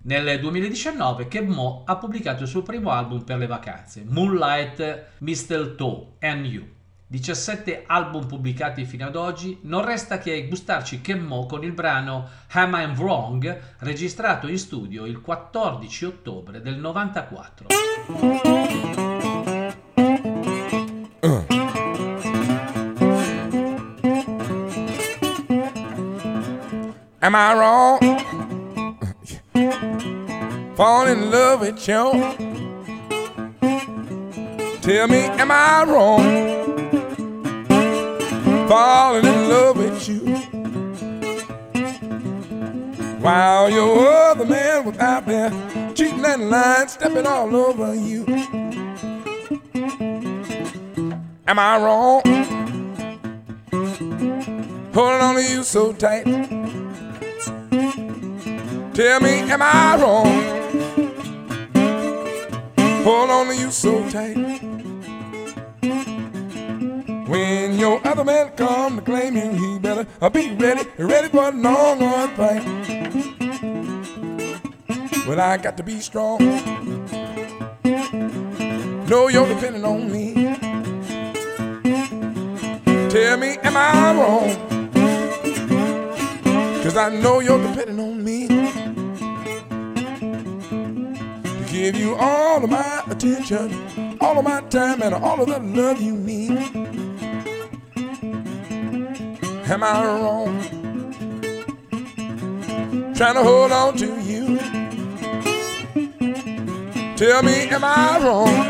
Nel duemiladiciannove Keb Mo ha pubblicato il suo primo album per le vacanze, Moonlight, Mistletoe and You. diciassette album pubblicati fino ad oggi, non resta che gustarci Keb Mo con il brano Am I Wrong, registrato in studio il quattordici ottobre del novantaquattro. Uh. Am I wrong? Fall in love with you. Tell me, am I wrong? Falling in love with you, while your other man was out there cheating and lying, stepping all over you. Am I wrong? Holding on to you so tight. Tell me, am I wrong? Hold on to you so tight. When your other man come to claim you, he better be ready, ready for a long hard fight. Well, I got to be strong. Know you're depending on me. Tell me, am I wrong? 'Cause I know you're depending on me to give you all of my attention, all of my time, and all of the love you need. Am I wrong? Trying to hold on to you. Tell me, am I wrong?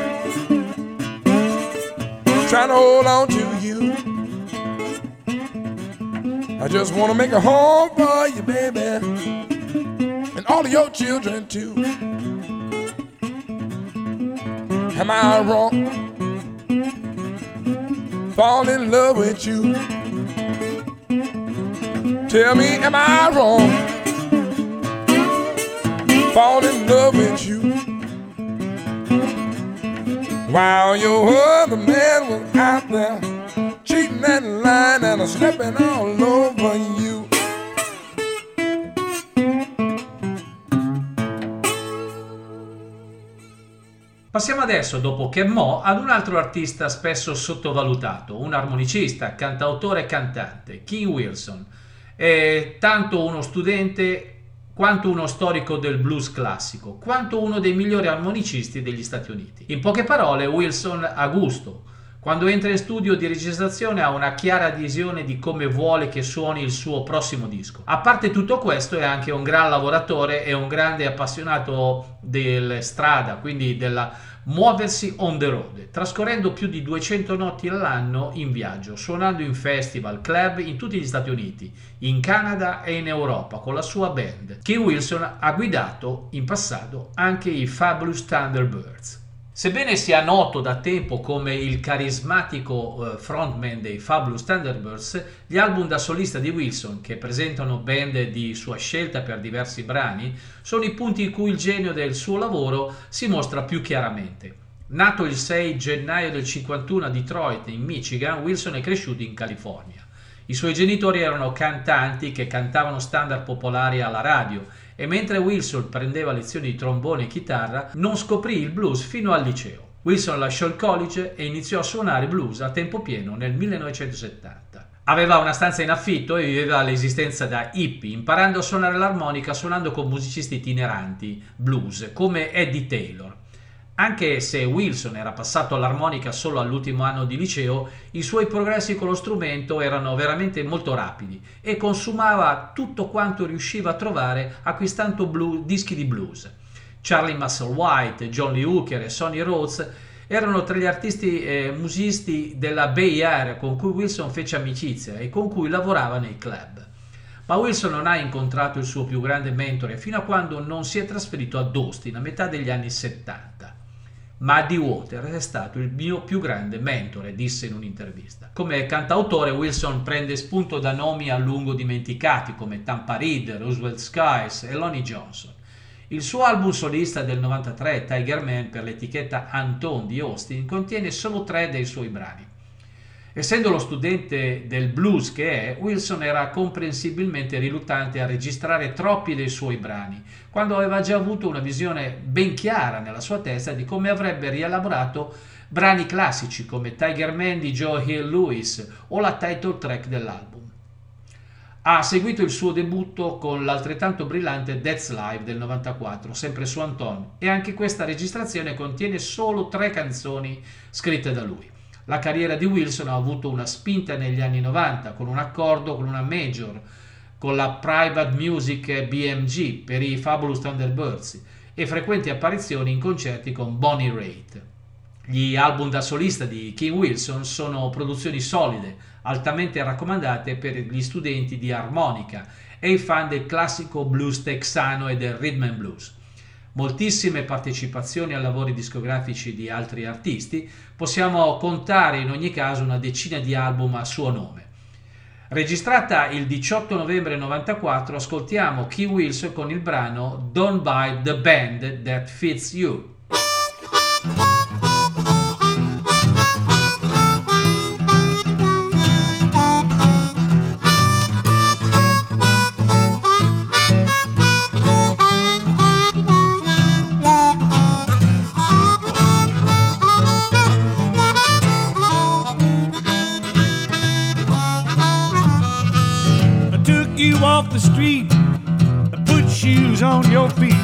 Trying to hold on to you. I just want to make a home for you, baby, and all of your children too. Am I wrong? Fall in love with you. Tell me, am I wrong? Fall in love with you, while your other man was out there cheating and lying and stepping all over you. Passiamo adesso, dopo Keb Mo, ad un altro artista spesso sottovalutato, un armonicista, cantautore e cantante, King Wilson. È tanto uno studente quanto uno storico del blues classico, quanto uno dei migliori armonicisti degli Stati Uniti. In poche parole, Wilson ha gusto. Quando entra in studio di registrazione ha una chiara visione di come vuole che suoni il suo prossimo disco. A parte tutto questo è anche un gran lavoratore e un grande appassionato della strada, quindi della muoversi on the road, trascorrendo più di duecento notti all'anno in viaggio, suonando in festival, club in tutti gli Stati Uniti, in Canada e in Europa con la sua band. King Wilson ha guidato in passato anche i Fabulous Thunderbirds. Sebbene sia noto da tempo come il carismatico frontman dei Fabulous Thunderbirds, gli album da solista di Wilson, che presentano band di sua scelta per diversi brani, sono i punti in cui il genio del suo lavoro si mostra più chiaramente. Nato il sei gennaio del cinquantuno a Detroit, in Michigan, Wilson è cresciuto in California. I suoi genitori erano cantanti che cantavano standard popolari alla radio, e mentre Wilson prendeva lezioni di trombone e chitarra non scoprì il blues fino al liceo. Wilson lasciò il college e iniziò a suonare blues a tempo pieno nel millenovecentosettanta. Aveva una stanza in affitto e viveva l'esistenza da hippie, imparando a suonare l'armonica suonando con musicisti itineranti blues come Eddie Taylor. Anche se Wilson era passato all'armonica solo all'ultimo anno di liceo, i suoi progressi con lo strumento erano veramente molto rapidi e consumava tutto quanto riusciva a trovare acquistando blues, dischi di blues. Charlie Musselwhite, John Lee Hooker e Sonny Rhodes erano tra gli artisti e musicisti della Bay Area con cui Wilson fece amicizia e con cui lavorava nei club. Ma Wilson non ha incontrato il suo più grande mentore fino a quando non si è trasferito ad Austin a metà degli anni settanta. Muddy Waters è stato il mio più grande mentore, disse in un'intervista. Come cantautore Wilson prende spunto da nomi a lungo dimenticati come Tampa Reed, Roosevelt Skies e Lonnie Johnson. Il suo album solista del novantatré, Tiger Man, per l'etichetta Anton di Austin, contiene solo tre dei suoi brani. Essendo lo studente del blues che è, Wilson era comprensibilmente riluttante a registrare troppi dei suoi brani, quando aveva già avuto una visione ben chiara nella sua testa di come avrebbe rielaborato brani classici come Tiger Man di Joe Hill Lewis o la title track dell'album. Ha seguito il suo debutto con l'altrettanto brillante That's Live del novantaquattro, sempre su Anton, e anche questa registrazione contiene solo tre canzoni scritte da lui. La carriera di Wilson ha avuto una spinta negli anni novanta con un accordo con una major, con la Private Music B M G per i Fabulous Thunderbirds e frequenti apparizioni in concerti con Bonnie Raitt. Gli album da solista di King Wilson sono produzioni solide, altamente raccomandate per gli studenti di armonica e i fan del classico blues texano e del rhythm and blues. Moltissime partecipazioni a lavori discografici di altri artisti, possiamo contare in ogni caso una decina di album a suo nome. Registrata il diciotto novembre novantaquattro, ascoltiamo King Wilson con il brano Don't Buy the Band That Fits You. You off the street, put shoes on your feet.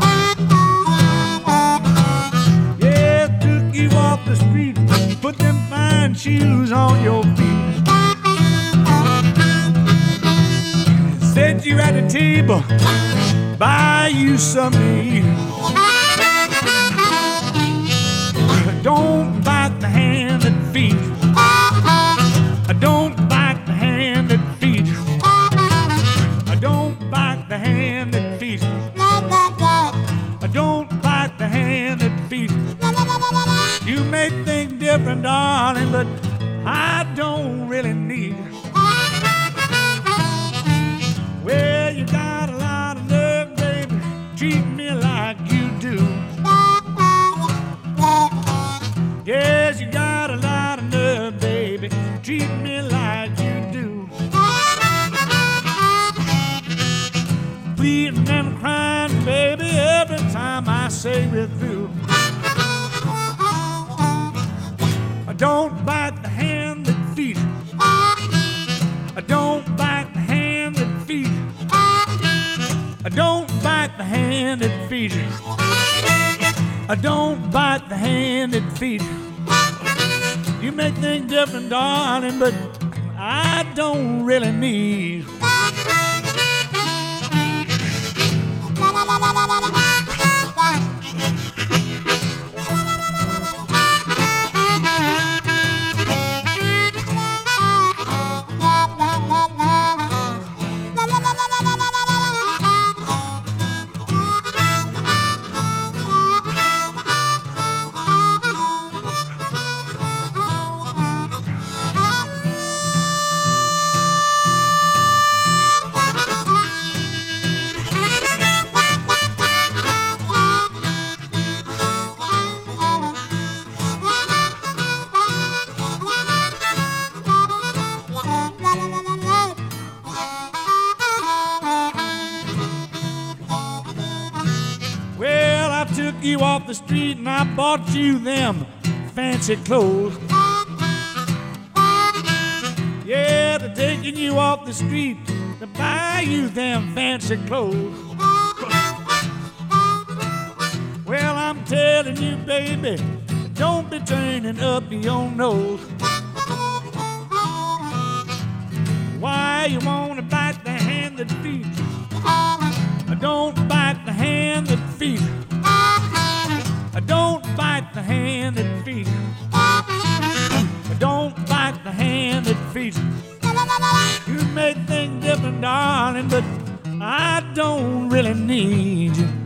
Yeah, took you off the street, put them fine shoes on your feet. Said you at the table, buy you some meat. Don't bite the hand that feeds. Don't bite the hand that feeds. Don't bite the hand that feeds. Don't bite the hand that feeds. You may think different, darling, but I don't really need. Well, you got a lot of nerve, baby, treat me like you do. Yes, you got a lot of nerve, baby, treat me like you do. Bleeding and crying, baby, every time I say we're through. Don't bite the hand that feeds. Don't bite the hand that feeds. Don't bite the hand that feeds. Don't bite the hand that feeds. You may think different, darling, but I don't really need. You off the street and I bought you them fancy clothes. Yeah, they're taking you off the street to buy you them fancy clothes. Well, I'm telling you, baby, don't be turning up your nose. Why you wanna bite the hand that feeds? Don't bite the hand that feeds. Don't bite the hand that feeds. Don't bite the hand that feeds. You may think different, darling, but I don't really need you.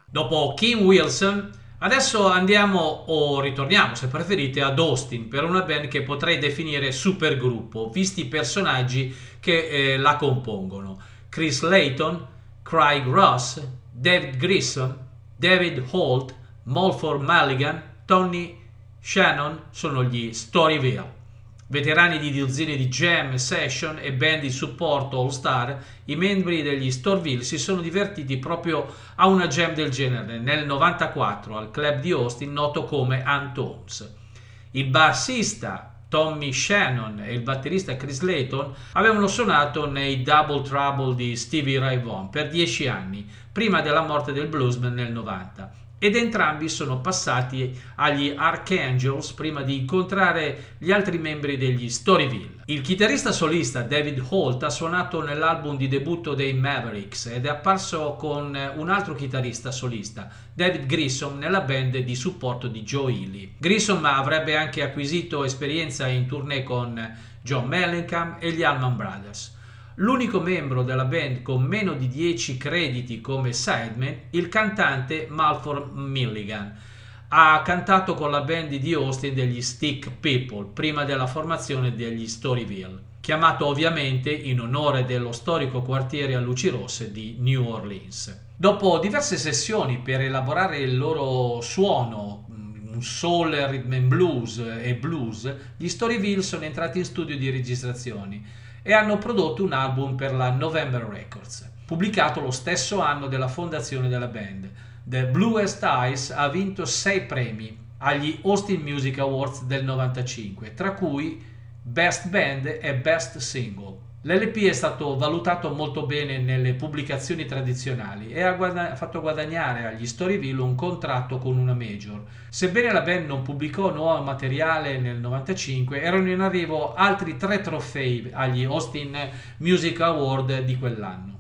Dopo Kim Wilson, adesso andiamo o ritorniamo, se preferite, ad Austin per una band che potrei definire supergruppo, visti i personaggi che eh, la compongono. Chris Layton, Craig Ross, David Grissom, David Holt, Mulford Mulligan, Tony Shannon sono gli Storyville. Veterani di dozzine di jam, session e band di supporto all-star, i membri degli Storyville si sono divertiti proprio a una jam del genere nel novantaquattro al club di Austin noto come Antones. Il bassista Tommy Shannon e il batterista Chris Layton avevano suonato nei Double Trouble di Stevie Ray Vaughan per dieci anni, prima della morte del bluesman nel novanta. Ed entrambi sono passati agli Archangels prima di incontrare gli altri membri degli Storyville. Il chitarrista solista David Holt ha suonato nell'album di debutto dei Mavericks ed è apparso con un altro chitarrista solista, David Grissom, nella band di supporto di Joe Ely. Grissom avrebbe anche acquisito esperienza in tournée con John Mellencamp e gli Allman Brothers. L'unico membro della band con meno di dieci crediti come sideman, il cantante Mulford Mulligan. Ha cantato con la band di Austin degli Stick People prima della formazione degli Storyville, chiamato ovviamente in onore dello storico quartiere a luci rosse di New Orleans. Dopo diverse sessioni per elaborare il loro suono, un soul, rhythm and blues e blues, gli Storyville sono entrati in studio di registrazioni e hanno prodotto un album per la November Records, pubblicato lo stesso anno della fondazione della band. The Bluest Eyes ha vinto sei premi agli Austin Music Awards del novantacinque, tra cui Best Band e Best Single. L'L P è stato valutato molto bene nelle pubblicazioni tradizionali e ha guadagn- fatto guadagnare agli Storyville un contratto con una major. Sebbene la band non pubblicò nuovo materiale nel novantacinque, erano in arrivo altri tre trofei agli Austin Music Award di quell'anno.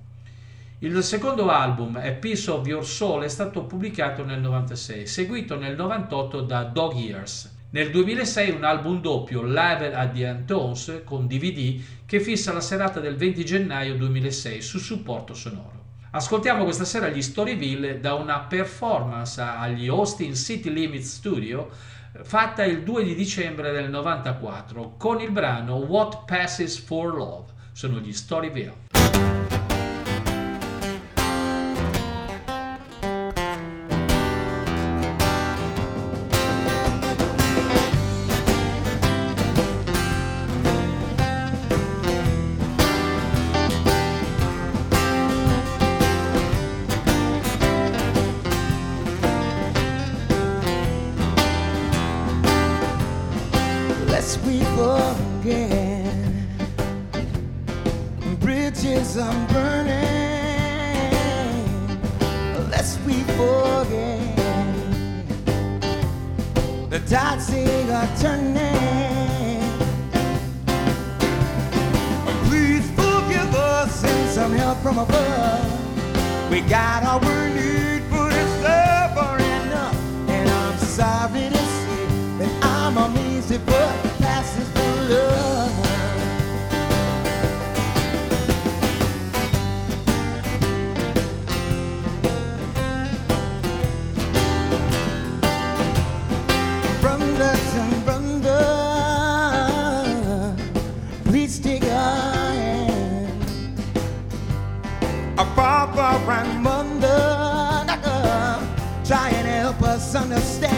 Il secondo album, A Piece of Your Soul, è stato pubblicato nel novantasei, seguito nel novantotto da Dog Years. Nel duemilasei un album doppio, Live at the Antones, con D V D, che fissa la serata del venti gennaio duemilasei su supporto sonoro. Ascoltiamo questa sera gli Storyville da una performance agli Austin City Limits Studio fatta il due di dicembre del novantaquattro con il brano What Passes for Love. Sono gli Storyville. I'm burning, lest we forget the tides they are turning. Please forgive us and some help from above. We got our need, but it's never enough. And I'm sorry to say that I'm amazed at what passes for love. Father and mother, try and help us understand.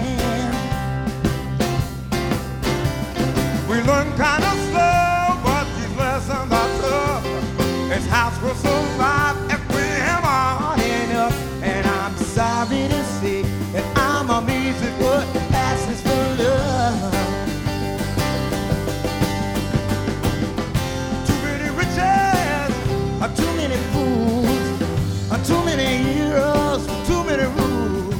We learn kind of slow, but these lessons are tough. It's how we'll survive if we have hard enough. And I'm sorry to say that I'm amazed at what passes for love. Too many riches, too many fools. Too many heroes, too many rules.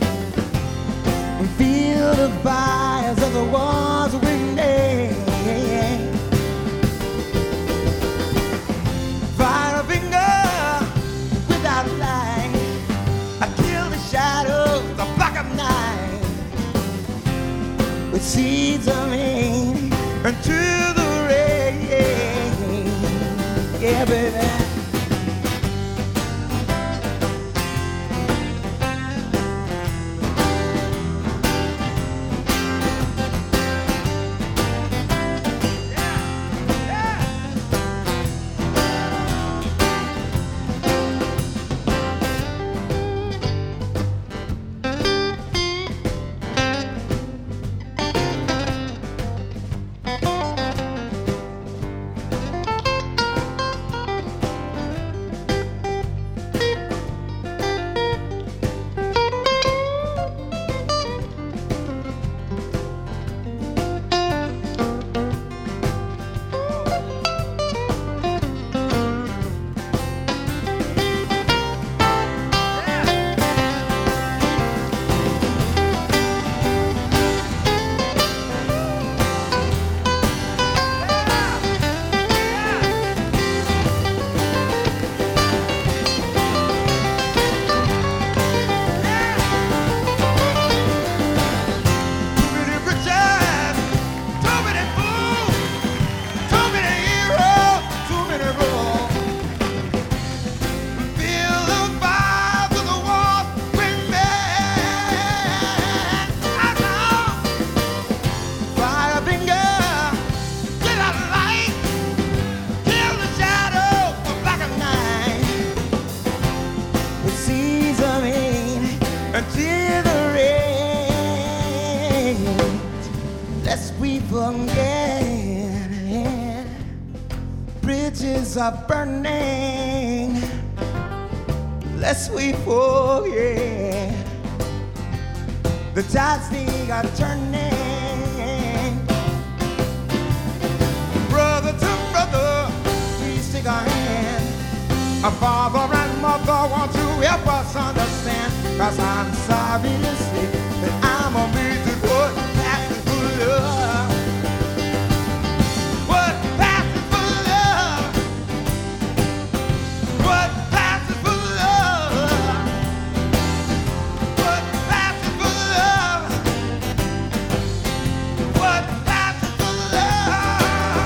We feel the fires of the wars we made. Fire a finger without light. I kill the shadows, the black of night. With seeds of rain into the rain. Yeah, baby. forget. Bridges are burning, lest we forget. The tides they are turning. Brother to brother, please take our hand. Our father and mother want to help us understand. Cause I'm sorry to say that I'm a made to put passion for love. What passion for love? What passion for love? What passion for love? What passion for love?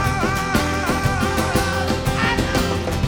I know.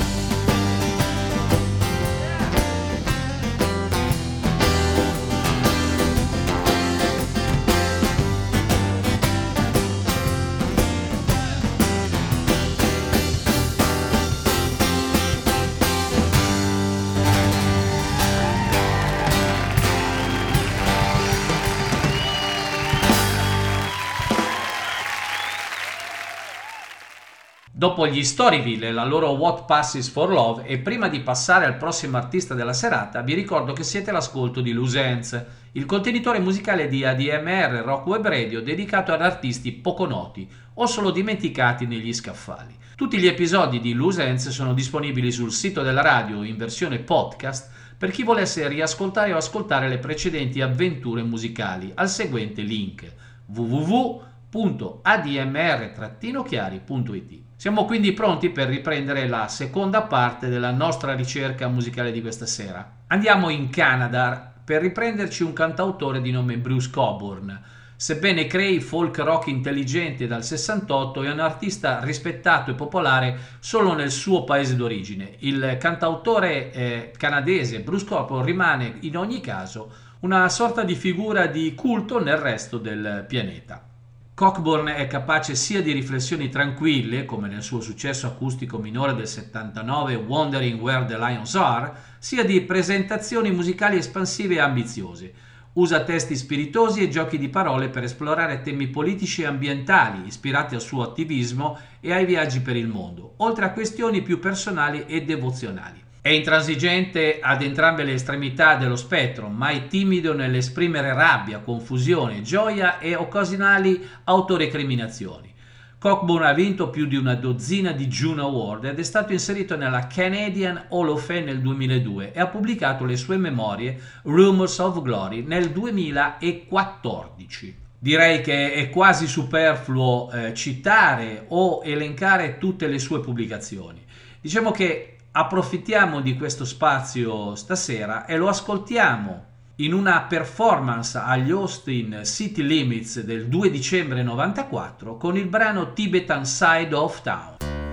Dopo gli Storyville e la loro What Passes for Love, e prima di passare al prossimo artista della serata, vi ricordo che siete all'ascolto di Loose Ends, il contenitore musicale di A D M R Rock Web Radio dedicato ad artisti poco noti o solo dimenticati negli scaffali. Tutti gli episodi di Loose Ends sono disponibili sul sito della radio in versione podcast per chi volesse riascoltare o ascoltare le precedenti avventure musicali al seguente link: w w w punto a d m r chiari punto i t. Siamo quindi pronti per riprendere la seconda parte della nostra ricerca musicale di questa sera. Andiamo in Canada per riprenderci un cantautore di nome Bruce Cockburn. Sebbene crei folk rock intelligente dal sessantotto, è un artista rispettato e popolare solo nel suo paese d'origine. Il cantautore eh, canadese Bruce Cockburn rimane in ogni caso una sorta di figura di culto nel resto del pianeta. Cockburn è capace sia di riflessioni tranquille, come nel suo successo acustico minore del settantanove Wondering Where the Lions Are, sia di presentazioni musicali espansive e ambiziose. Usa testi spiritosi e giochi di parole per esplorare temi politici e ambientali, ispirati al suo attivismo e ai viaggi per il mondo, oltre a questioni più personali e devozionali. È intransigente ad entrambe le estremità dello spettro, mai timido nell'esprimere rabbia, confusione, gioia e occasionali autorecriminazioni. Cockburn ha vinto più di una dozzina di Juno Award ed è stato inserito nella Canadian Hall of Fame nel duemiladue e ha pubblicato le sue memorie Rumors of Glory nel duemilaquattordici. Direi che è quasi superfluo eh, citare o elencare tutte le sue pubblicazioni. Diciamo che approfittiamo di questo spazio stasera e lo ascoltiamo in una performance agli Austin City Limits del due dicembre novantaquattro con il brano Tibetan Side of Town.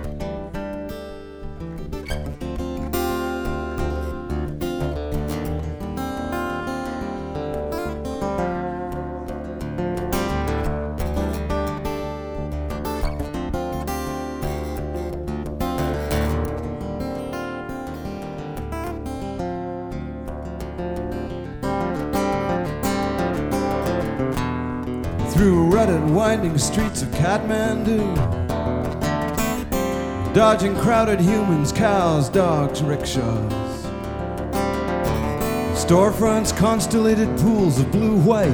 Through rutted winding streets of Kathmandu, dodging crowded humans, cows, dogs, rickshaws, storefronts, constellated pools of blue-white,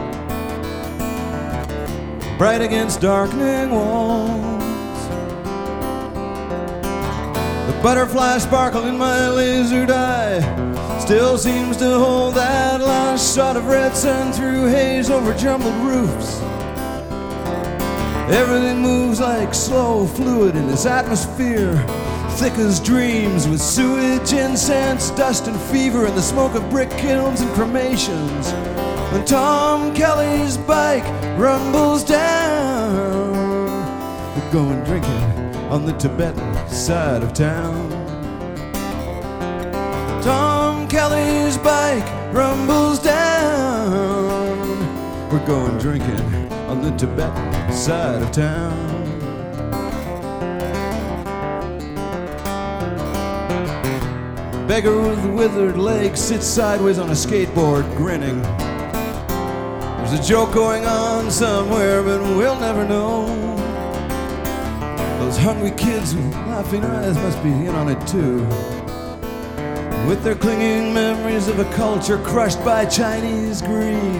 bright against darkening walls. The butterfly sparkle in my lasered eye still seems to hold that last shot of red sun through haze over jumbled roofs. Everything moves like slow fluid in this atmosphere, thick as dreams with sewage, incense, dust and fever and the smoke of brick kilns and cremations. When Tom Kelly's bike rumbles down, we're going drinking on the Tibetan side of town. Tom Kelly's bike rumbles down, we're going drinking on the Tibetan side of town. Beggar with withered legs sits sideways on a skateboard, grinning. There's a joke going on somewhere, but we'll never know. Those hungry kids with laughing eyes must be in on it too, with their clinging memories of a culture crushed by Chinese greed.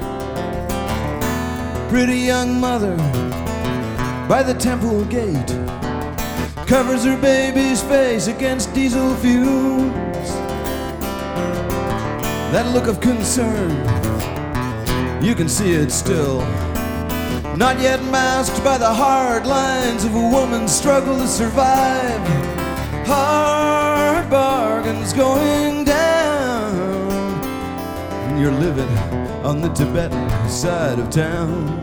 Pretty young mother by the temple gate covers her baby's face against diesel fumes. That look of concern, you can see it still, not yet masked by the hard lines of a woman's struggle to survive. Hard bargains going down when you're living on the Tibetan side of town.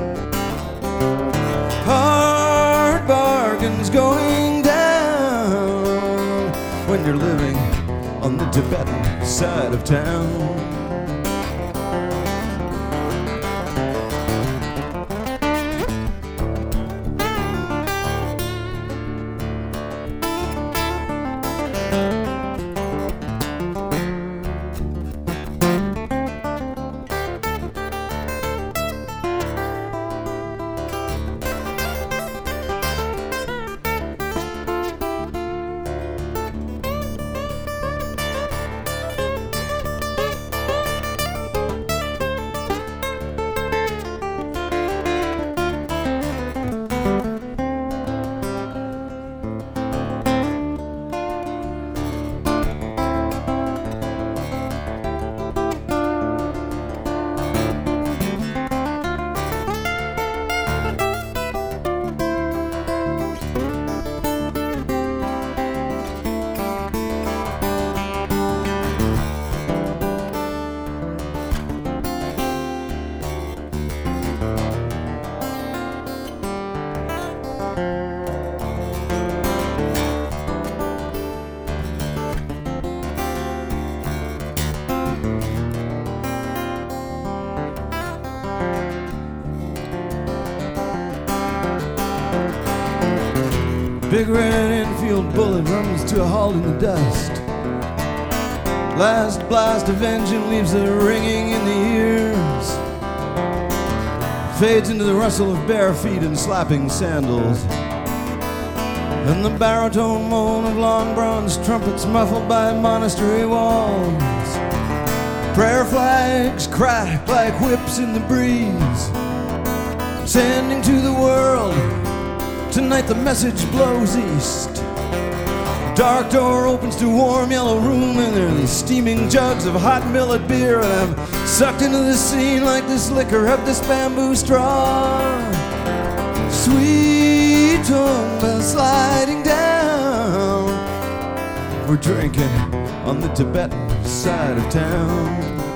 Hard bargains going down when you're living on the Tibetan side of town. Big red Enfield bullet runs to a halt in the dust. Last blast of engine leaves a ringing in the ears, fades into the rustle of bare feet and slapping sandals, and the baritone moan of long bronze trumpets muffled by monastery walls. Prayer flags crack like whips in the breeze, sending to the world, tonight the message blows east. Dark door opens to warm yellow room, and there are these steaming jugs of hot millet beer, and I'm sucked into the scene like this liquor up this bamboo straw. Sweet tongue been sliding down. We're drinking on the Tibetan side of town.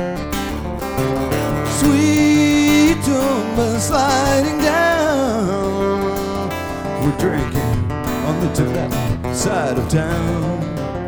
Sweet tongue been sliding down. We're drinking on the Tibetan side of town.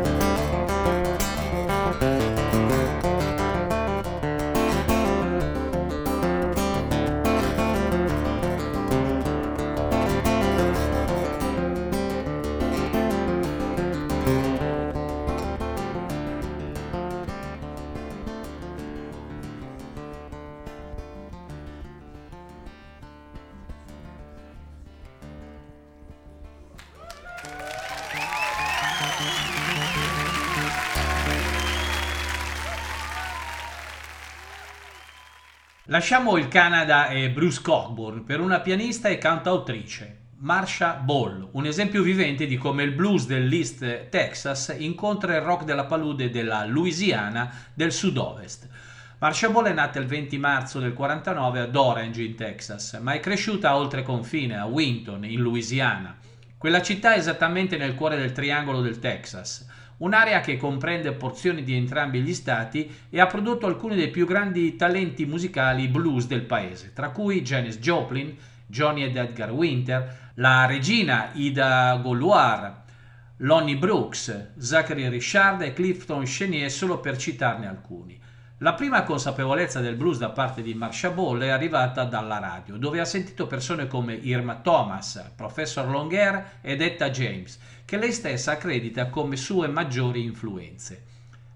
Lasciamo il Canada e Bruce Cockburn per una pianista e cantautrice, Marcia Ball, un esempio vivente di come il blues dell'East Texas incontra il rock della palude della Louisiana del sud-ovest. Marcia Ball è nata il venti marzo del quarantanove ad Orange in Texas, ma è cresciuta oltre confine, a Winton, in Louisiana. Quella città è esattamente nel cuore del triangolo del Texas, un'area che comprende porzioni di entrambi gli stati e ha prodotto alcuni dei più grandi talenti musicali blues del paese, tra cui Janis Joplin, Johnny ed Edgar Winter, la regina Ida Gauloir, Lonnie Brooks, Zachary Richard e Clifton Chenier, solo per citarne alcuni. La prima consapevolezza del blues da parte di Marcia Ball è arrivata dalla radio, dove ha sentito persone come Irma Thomas, Professor Longueur ed Etta James, che lei stessa accredita come sue maggiori influenze.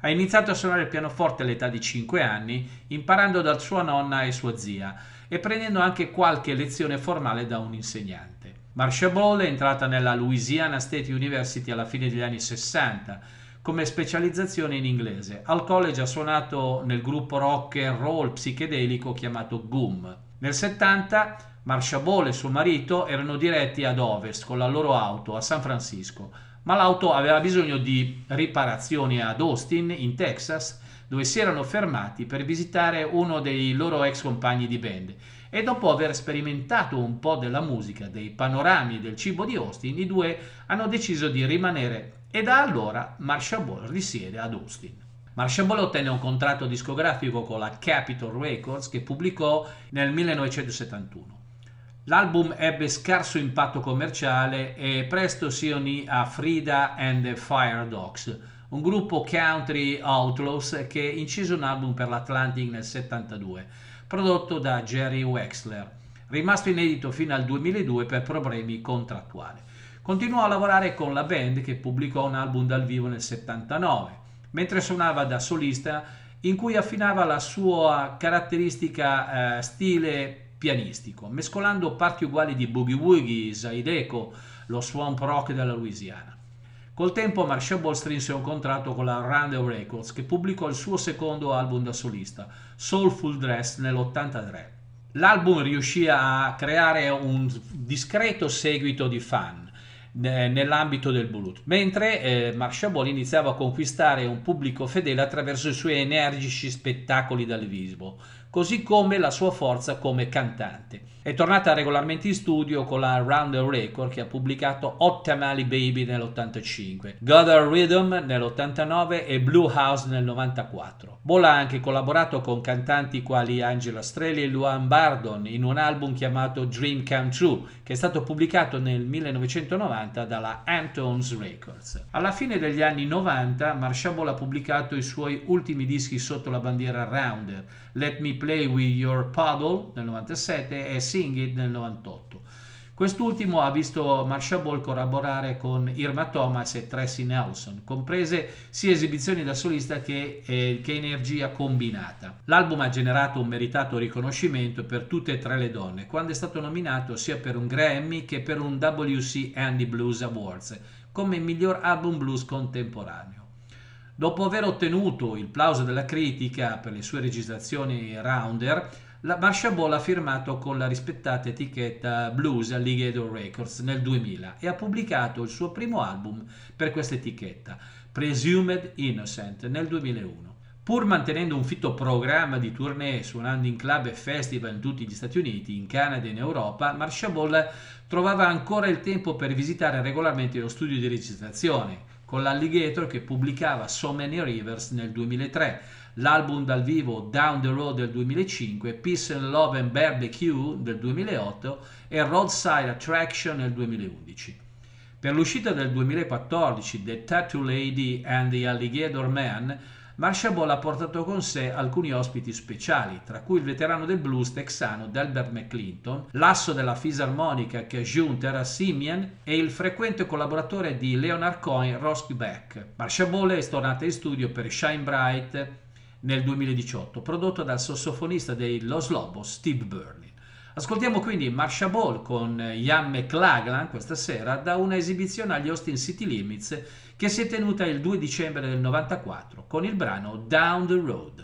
Ha iniziato a suonare il pianoforte all'età di cinque anni, imparando da sua nonna e sua zia e prendendo anche qualche lezione formale da un insegnante. Marcia Ball è entrata nella Louisiana State University alla fine degli anni sessanta come specializzazione in inglese. Al college ha suonato nel gruppo rock and roll psichedelico chiamato Goom. Nel settanta Marcia Ball e suo marito erano diretti ad ovest con la loro auto a San Francisco, ma l'auto aveva bisogno di riparazioni ad Austin, in Texas, dove si erano fermati per visitare uno dei loro ex compagni di band, e dopo aver sperimentato un po' della musica, dei panorami e del cibo di Austin, i due hanno deciso di rimanere e da allora Marcia Ball risiede ad Austin. Marcia Ball ottenne un contratto discografico con la Capitol Records che pubblicò nel millenovecentosettantuno. L'album ebbe scarso impatto commerciale e presto si unì a Frida and the Fire Dogs, un gruppo country outlaws che incise un album per l'Atlantic nel settantadue, prodotto da Jerry Wexler, rimasto inedito fino al duemiladue per problemi contrattuali. Continuò a lavorare con la band che pubblicò un album dal vivo nel settantanove, mentre suonava da solista in cui affinava la sua caratteristica eh, stile pianistico, mescolando parti uguali di boogie woogie, zydeco, lo swamp rock della Louisiana. Col tempo Marcia Ball strinse un contratto con la Roundel Records che pubblicò il suo secondo album da solista, Soulful Dress, nell'ottantatré. L'album riuscì a creare un discreto seguito di fan nell'ambito del blues, mentre eh, Marcia Ball iniziava a conquistare un pubblico fedele attraverso i suoi energici spettacoli dal vivo, così come la sua forza come cantante. È tornata regolarmente in studio con la Roundel Record, che ha pubblicato Hot Tamale Baby nell'ottantacinque, Got a Rhythm nell'ottantanove e Blue House nel novantaquattro. Ball ha anche collaborato con cantanti quali Angela Strelli e Luan Bardon in un album chiamato Dream Come True, che è stato pubblicato nel millenovecentonovanta dalla Antones Records. Alla fine degli anni novanta Marcia Ball ha pubblicato i suoi ultimi dischi sotto la bandiera Roundel, Let Me Play With Your Puddle nel novantasette e Sing It nel novantotto. Quest'ultimo ha visto Marcia Ball collaborare con Irma Thomas e Tracy Nelson, comprese sia esibizioni da solista che, eh, che energia combinata. L'album ha generato un meritato riconoscimento per tutte e tre le donne, quando è stato nominato sia per un Grammy che per un W C Andy Blues Awards come miglior album blues contemporaneo. Dopo aver ottenuto il plauso della critica per le sue registrazioni Rounder, la Marcia Ball ha firmato con la rispettata etichetta Blues Alligator Records nel duemila e ha pubblicato il suo primo album per questa etichetta, Presumed Innocent, nel duemilauno. Pur mantenendo un fitto programma di tournée suonando in club e festival in tutti gli Stati Uniti, in Canada e in Europa, Marcia Ball trovava ancora il tempo per visitare regolarmente lo studio di registrazione, con l'Alligator che pubblicava So Many Rivers nel duemilatré, l'album dal vivo Down the Road del duemilacinque, Peace and Love and Barbecue del duemilaotto e Roadside Attraction nel duemilaundici. Per l'uscita del duemilaquattordici The Tattoo Lady and the Alligator Man, Marcia Ball ha portato con sé alcuni ospiti speciali, tra cui il veterano del blues texano Delbert McClinton, l'asso della fisarmonica Cajun Terra Simian e il frequente collaboratore di Leonard Cohen Ross Beck. Marcia Ball è tornata in studio per Shine Bright nel duemiladiciotto, prodotto dal sassofonista dei Los Lobos Steve Burley. Ascoltiamo quindi Marcia Ball con Ian McLaglan questa sera da una esibizione agli Austin City Limits che si è tenuta il due dicembre del novantaquattro con il brano Down the Road.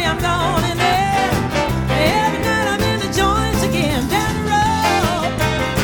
Down the road.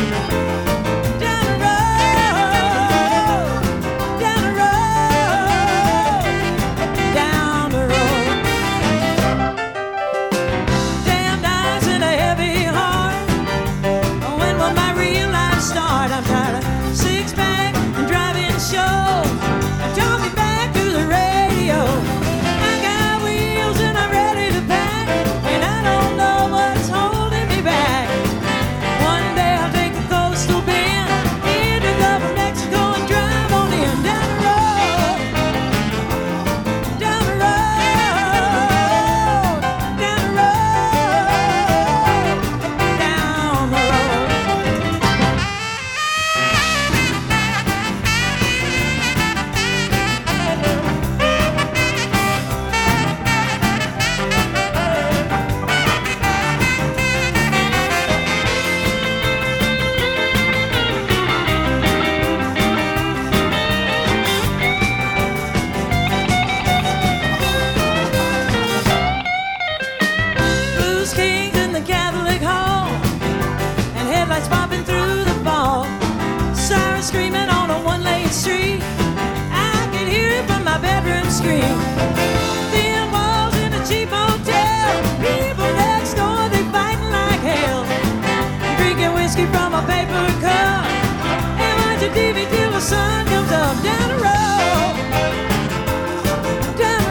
scream. Thin walls in a cheap hotel. People next door, they fighting like hell. Drinking whiskey from a paper cup. And watching T V till the sun comes up. Down the road, down the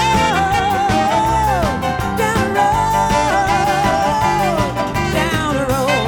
road, down the road, down the road.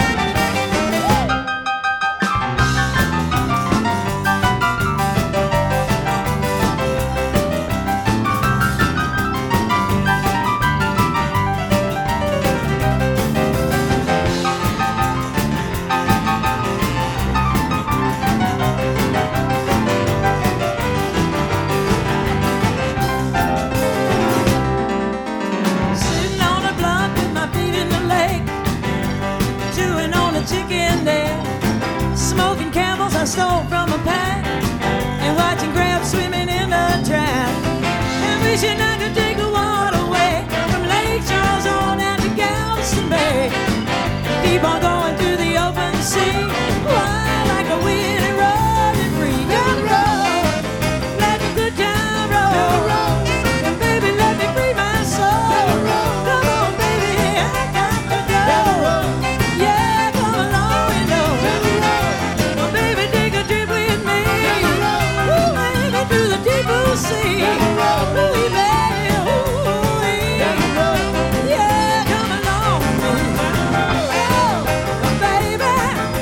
Sitting on a bluff with my feet in the lake, chewing on a chicken there, smoking camels I stole from a pack, and watching crabs swimming in the trap, and wishing I could take the water away from Lake Charles on out to Galveston Bay. Keep on going through the open sea, wild like a wind and rolling free. Down the road, let the good time roll. And baby, let me free my soul. Come on, baby, I got to go. Yeah, come along and go. Oh, baby, take a trip with me. Ooh, baby, through the deep blue sea. Ooh, baby, ooh, yeah, come along with me. Oh, baby,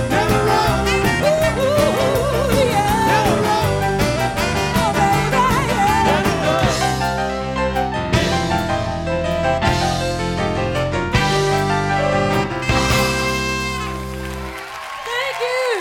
ooh, yeah. Oh, baby, yeah. Thank you.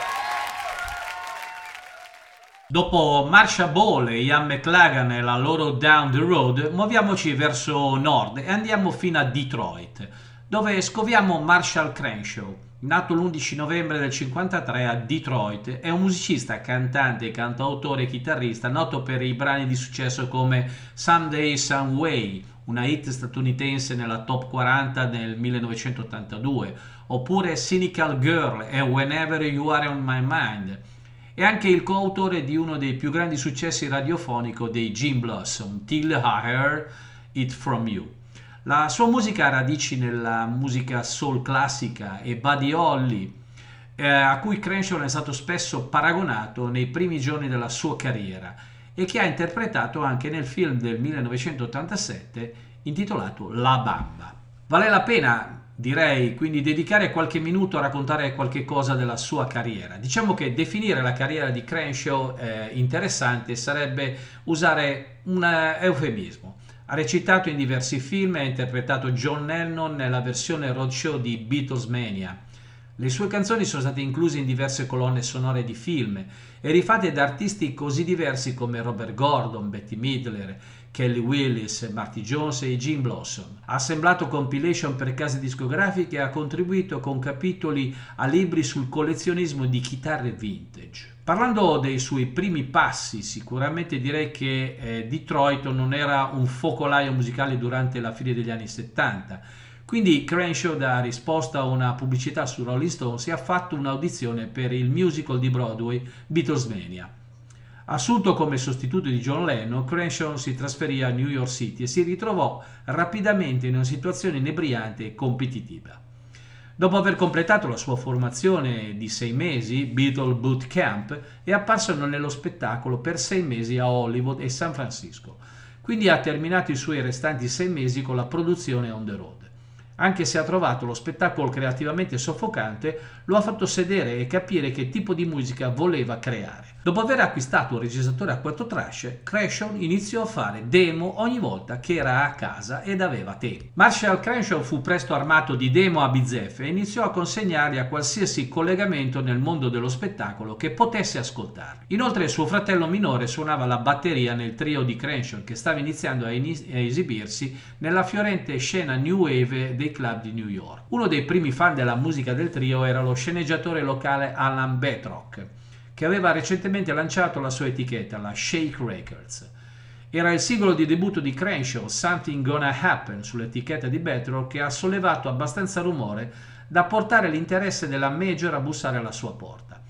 Dopo Marcia Ball e Ian McLagan e la loro Down the Road, muoviamoci verso nord e andiamo fino a Detroit, dove scoviamo Marshall Crenshaw. Nato l'undici novembre del cinquantatré a Detroit, è un musicista, cantante, cantautore e chitarrista noto per i brani di successo come Someday Some Way, una hit statunitense nella top quaranta nel millenovecentottantadue, oppure Cynical Girl e Whenever You Are On My Mind. È anche il coautore di uno dei più grandi successi radiofonico dei Gin Blossom, Till I Heard It From You. La sua musica ha radici nella musica soul classica e Buddy Holly, eh, a cui Crenshaw è stato spesso paragonato nei primi giorni della sua carriera e che ha interpretato anche nel film del millenovecentottantasette intitolato La Bamba. Vale la pena, direi, quindi dedicare qualche minuto a raccontare qualche cosa della sua carriera. Diciamo che definire la carriera di Crenshaw eh, interessante sarebbe usare un eufemismo. Ha recitato in diversi film e ha interpretato John Lennon nella versione roadshow di Beatlesmania. Le sue canzoni sono state incluse in diverse colonne sonore di film e rifatte da artisti così diversi come Robert Gordon, Bette Midler, Kelly Willis, Marty Jones e i Gin Blossom. Ha assemblato compilation per case discografiche e ha contribuito con capitoli a libri sul collezionismo di chitarre vintage. Parlando dei suoi primi passi, sicuramente direi che eh, Detroit non era un focolaio musicale durante la fine degli anni settanta, quindi Crenshaw, da risposta a una pubblicità su Rolling Stone, si è fatto un'audizione per il musical di Broadway Beatlesmania. Assunto come sostituto di John Lennon, Crenshaw si trasferì a New York City e si ritrovò rapidamente in una situazione inebriante e competitiva. Dopo aver completato la sua formazione di sei mesi, Beatle Boot Camp, è apparso nello spettacolo per sei mesi a Hollywood e San Francisco, quindi ha terminato i suoi restanti sei mesi con la produzione on the road. Anche se ha trovato lo spettacolo creativamente soffocante, lo ha fatto sedere e capire che tipo di musica voleva creare. Dopo aver acquistato un registratore a quattro tracce, Crenshaw iniziò a fare demo ogni volta che era a casa ed aveva tempo. Marshall Crenshaw fu presto armato di demo a bizzeffe e iniziò a consegnarli a qualsiasi collegamento nel mondo dello spettacolo che potesse ascoltarli. Inoltre suo fratello minore suonava la batteria nel trio di Crenshaw, che stava iniziando a, in- a esibirsi nella fiorente scena new wave dei club di New York. Uno dei primi fan della musica del trio era lo sceneggiatore locale Alan Betrock, che aveva recentemente lanciato la sua etichetta, la Shake Records. Era il singolo di debutto di Crenshaw, Something Gonna Happen, sull'etichetta di Betrock, che ha sollevato abbastanza rumore da portare l'interesse della major a bussare alla sua porta.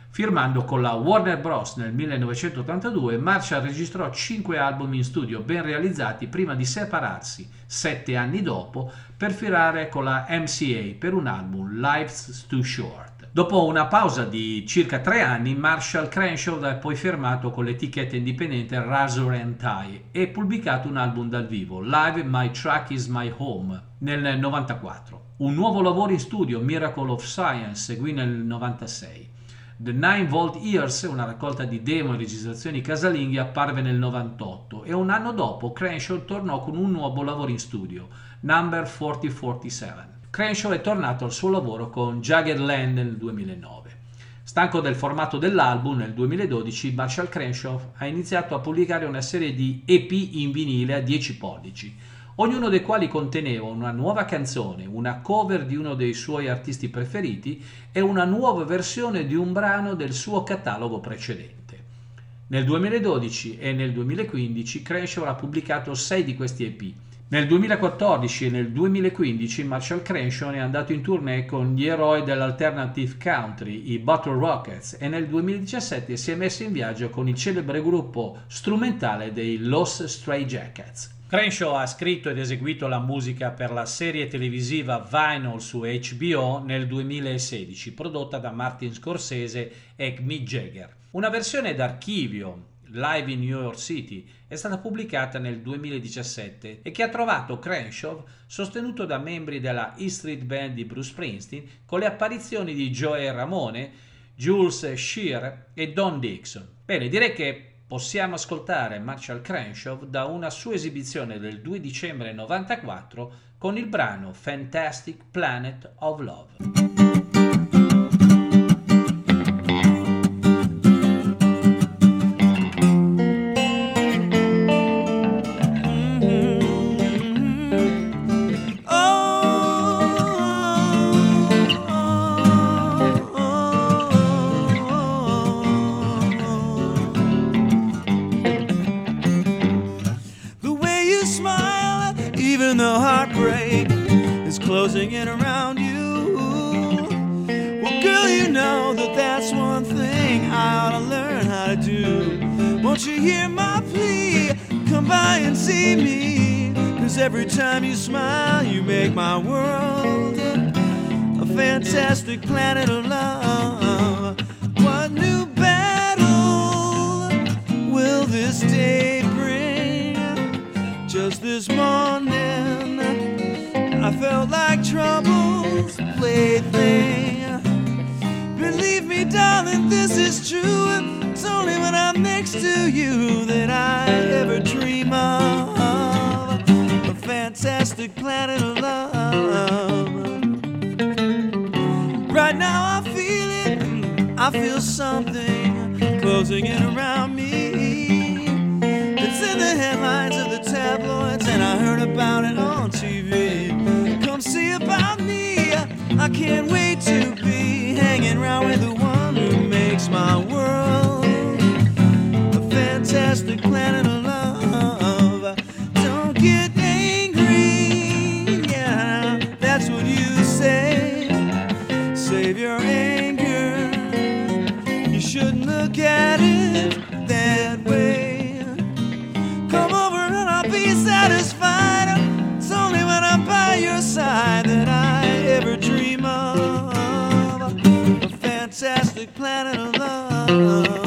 Firmando con la Warner Bros. Nel millenovecentottantadue, Marshall registrò cinque album in studio ben realizzati prima di separarsi, sette anni dopo, per firmare con la M C A per un album, Life's Too Short. Dopo una pausa di circa tre anni, Marshall Crenshaw ha poi firmato con l'etichetta indipendente Razor and Tie e pubblicato un album dal vivo, Live My Track Is My Home, nel novantaquattro. Un nuovo lavoro in studio, Miracle of Science, seguì nel novantasei. The Nine Volt Years, una raccolta di demo e registrazioni casalinghe, apparve nel novantotto e un anno dopo Crenshaw tornò con un nuovo lavoro in studio, Number quaranta quarantasette. Crenshaw è tornato al suo lavoro con Jagged Land nel duemilanove. Stanco del formato dell'album, nel duemiladodici Marshall Crenshaw ha iniziato a pubblicare una serie di E P in vinile a dieci pollici, ognuno dei quali conteneva una nuova canzone, una cover di uno dei suoi artisti preferiti e una nuova versione di un brano del suo catalogo precedente. Nel duemiladodici e nel duemilaquindici Crenshaw ha pubblicato sei di questi E P. Nel duemilaquattordici e nel duemilaquindici Marshall Crenshaw è andato in tournée con gli eroi dell'alternative country, i Bottle Rockets, e nel duemiladiciassette si è messo in viaggio con il celebre gruppo strumentale dei Los Stray Jackets. Crenshaw ha scritto ed eseguito la musica per la serie televisiva Vinyl su H B O nel duemilasedici, prodotta da Martin Scorsese e Mick Jagger. Una versione d'archivio, Live in New York City, è stata pubblicata nel duemiladiciassette e che ha trovato Crenshaw sostenuto da membri della E Street Band di Bruce Springsteen, con le apparizioni di Joey Ramone, Jules Shear e Don Dixon. Bene, direi che possiamo ascoltare Marshall Crenshaw da una sua esibizione del due dicembre novantaquattro con il brano Fantastic Planet of Love. Closing in around you. Well, girl, you know that that's one thing I ought to learn how to do. Won't you hear my plea? Come by and see me. Cause every time you smile, you make my world a fantastic planet of love. What new battle will this day bring? Just this morning I felt like trouble's plaything. Believe me, darling, this is true. It's only when I'm next to you that I ever dream of a fantastic planet of love. Right now I feel it, I feel something closing in around me. It's in the headlines of the tabloids and I heard about it on T V. See about me, I can't wait to be hanging around with the one who makes my world a fantastic planet of love. Don't get angry, yeah, that's what you say. Save your anger, you shouldn't look at it that way. Come over and I'll be satisfied. It's only when I'm by your side that I ever dream of a fantastic planet of love.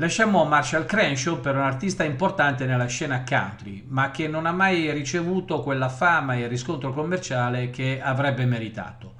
Lasciamo Marshall Crenshaw per un artista importante nella scena country, ma che non ha mai ricevuto quella fama e riscontro commerciale che avrebbe meritato.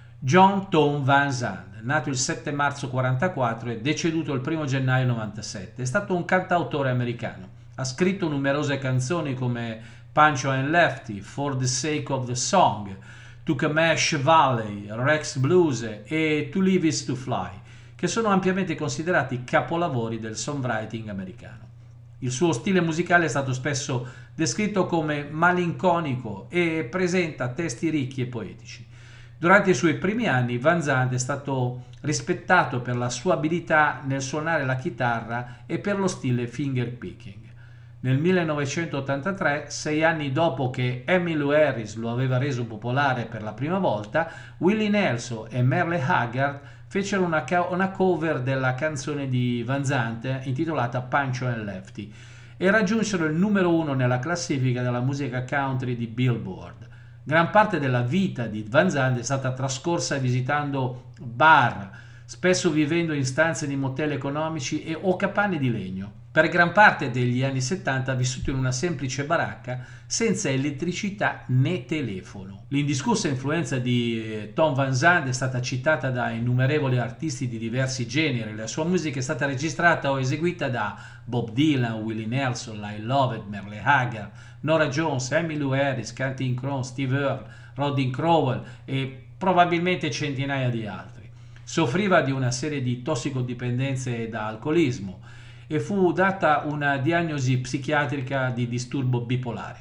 John Tom Van Zandt, nato il sette marzo quarantaquattro e deceduto il primo gennaio novantasette, è stato un cantautore americano. Ha scritto numerose canzoni come Pancho and Lefty, For the Sake of the Song, Tucumcari Valley, Rex Blues e To Live is to Fly, che sono ampiamente considerati capolavori del songwriting americano. Il suo stile musicale è stato spesso descritto come malinconico e presenta testi ricchi e poetici. Durante i suoi primi anni Van Zandt è stato rispettato per la sua abilità nel suonare la chitarra e per lo stile finger picking. Nel millenovecentottantatré, sei anni dopo che Emmylou Harris lo aveva reso popolare per la prima volta, Willie Nelson e Merle Haggard fecero una, ca- una cover della canzone di Van Zandt intitolata Pancho and Lefty e raggiunsero il numero uno nella classifica della musica country di Billboard. Gran parte della vita di Van Zandt è stata trascorsa visitando bar, spesso vivendo in stanze di motel economici e o capanne di legno. Per gran parte degli anni settanta ha vissuto in una semplice baracca senza elettricità né telefono. L'indiscussa influenza di Tom Van Zandt è stata citata da innumerevoli artisti di diversi generi. La sua musica è stata registrata o eseguita da Bob Dylan, Willie Nelson, Lyle Lovett, Merle Haggard, Norah Jones, Emmylou Harris, Counting Crows, Steve Earle, Rodney Crowell e probabilmente centinaia di altri. Soffriva di una serie di tossicodipendenze da alcolismo e fu data una diagnosi psichiatrica di disturbo bipolare.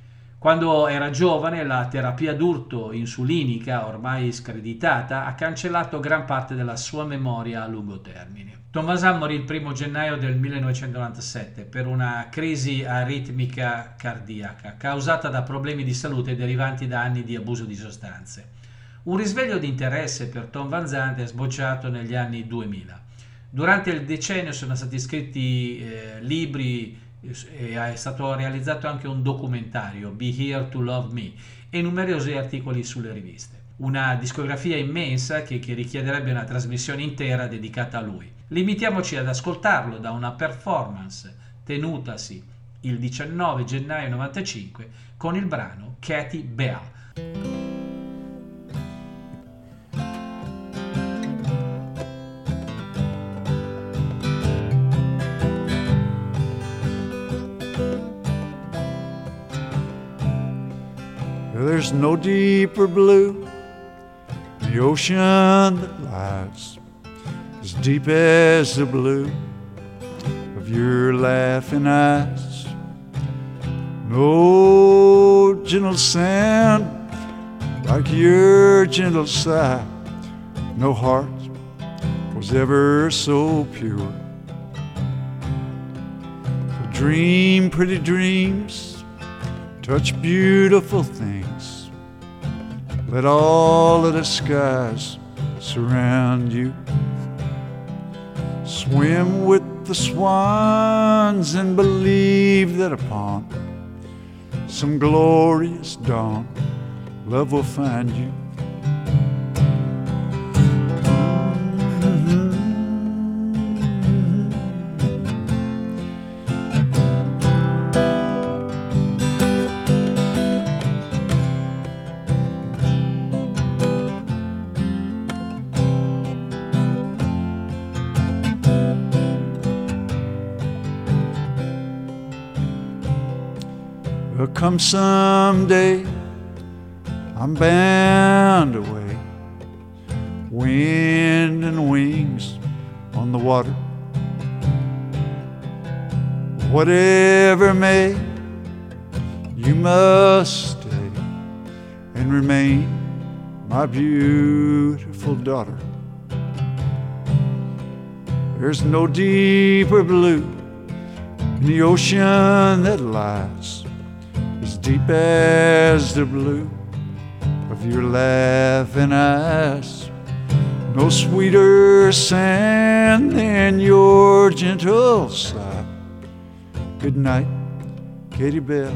Quando era giovane, la terapia d'urto insulinica, ormai screditata, ha cancellato gran parte della sua memoria a lungo termine. Tom Van Zandt morì il primo gennaio del millenovecentonovantasette per una crisi aritmica cardiaca causata da problemi di salute derivanti da anni di abuso di sostanze. Un risveglio di interesse per Tom Van Zandt è sbocciato negli anni duemila. Durante il decennio sono stati scritti eh, libri e è stato realizzato anche un documentario, Be Here to Love Me, e numerosi articoli sulle riviste. Una discografia immensa che, che richiederebbe una trasmissione intera dedicata a lui. Limitiamoci ad ascoltarlo da una performance tenutasi il diciannove gennaio novantacinque con il brano Katie Bell. There's no deeper blue than the ocean that lies as deep as the blue of your laughing eyes. No gentle sound like your gentle sigh. No heart was ever so pure. So dream pretty dreams, touch beautiful things. Let all of the skies surround you. Swim with the swans and believe that upon some glorious dawn, love will find you. There'll come someday, I'm bound away, wind and wings on the water. Whatever may, you must stay and remain my beautiful daughter. There's no deeper blue in the ocean that lies as deep as the blue of your laughing eyes. No sweeter sand than your gentle sigh. Good night, Katie Bell,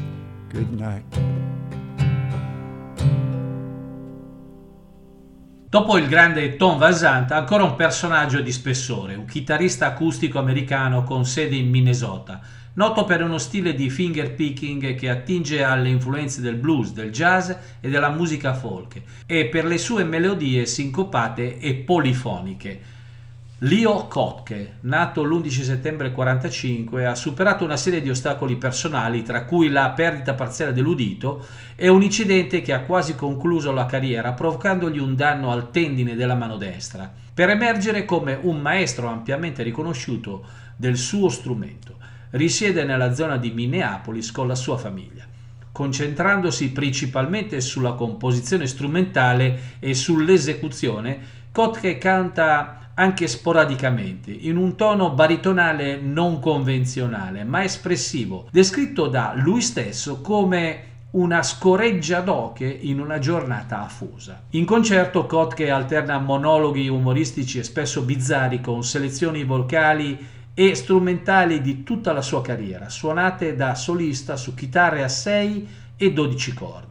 good night. Dopo il grande Tom Van Zandt, ancora un personaggio di spessore, un chitarrista acustico americano con sede in Minnesota, noto per uno stile di finger picking che attinge alle influenze del blues, del jazz e della musica folk, e per le sue melodie sincopate e polifoniche. Leo Kottke, nato l'undici settembre quarantacinque, ha superato una serie di ostacoli personali, tra cui la perdita parziale dell'udito e un incidente che ha quasi concluso la carriera, provocandogli un danno al tendine della mano destra, per emergere come un maestro ampiamente riconosciuto del suo strumento. Risiede nella zona di Minneapolis con la sua famiglia, concentrandosi principalmente sulla composizione strumentale e sull'esecuzione. Kottke canta anche sporadicamente, in un tono baritonale non convenzionale, ma espressivo, descritto da lui stesso come una scoreggia d'oche in una giornata afosa. In concerto Kottke alterna monologhi umoristici e spesso bizzarri con selezioni vocali e strumentali di tutta la sua carriera, suonate da solista su chitarre a sei e dodici corde.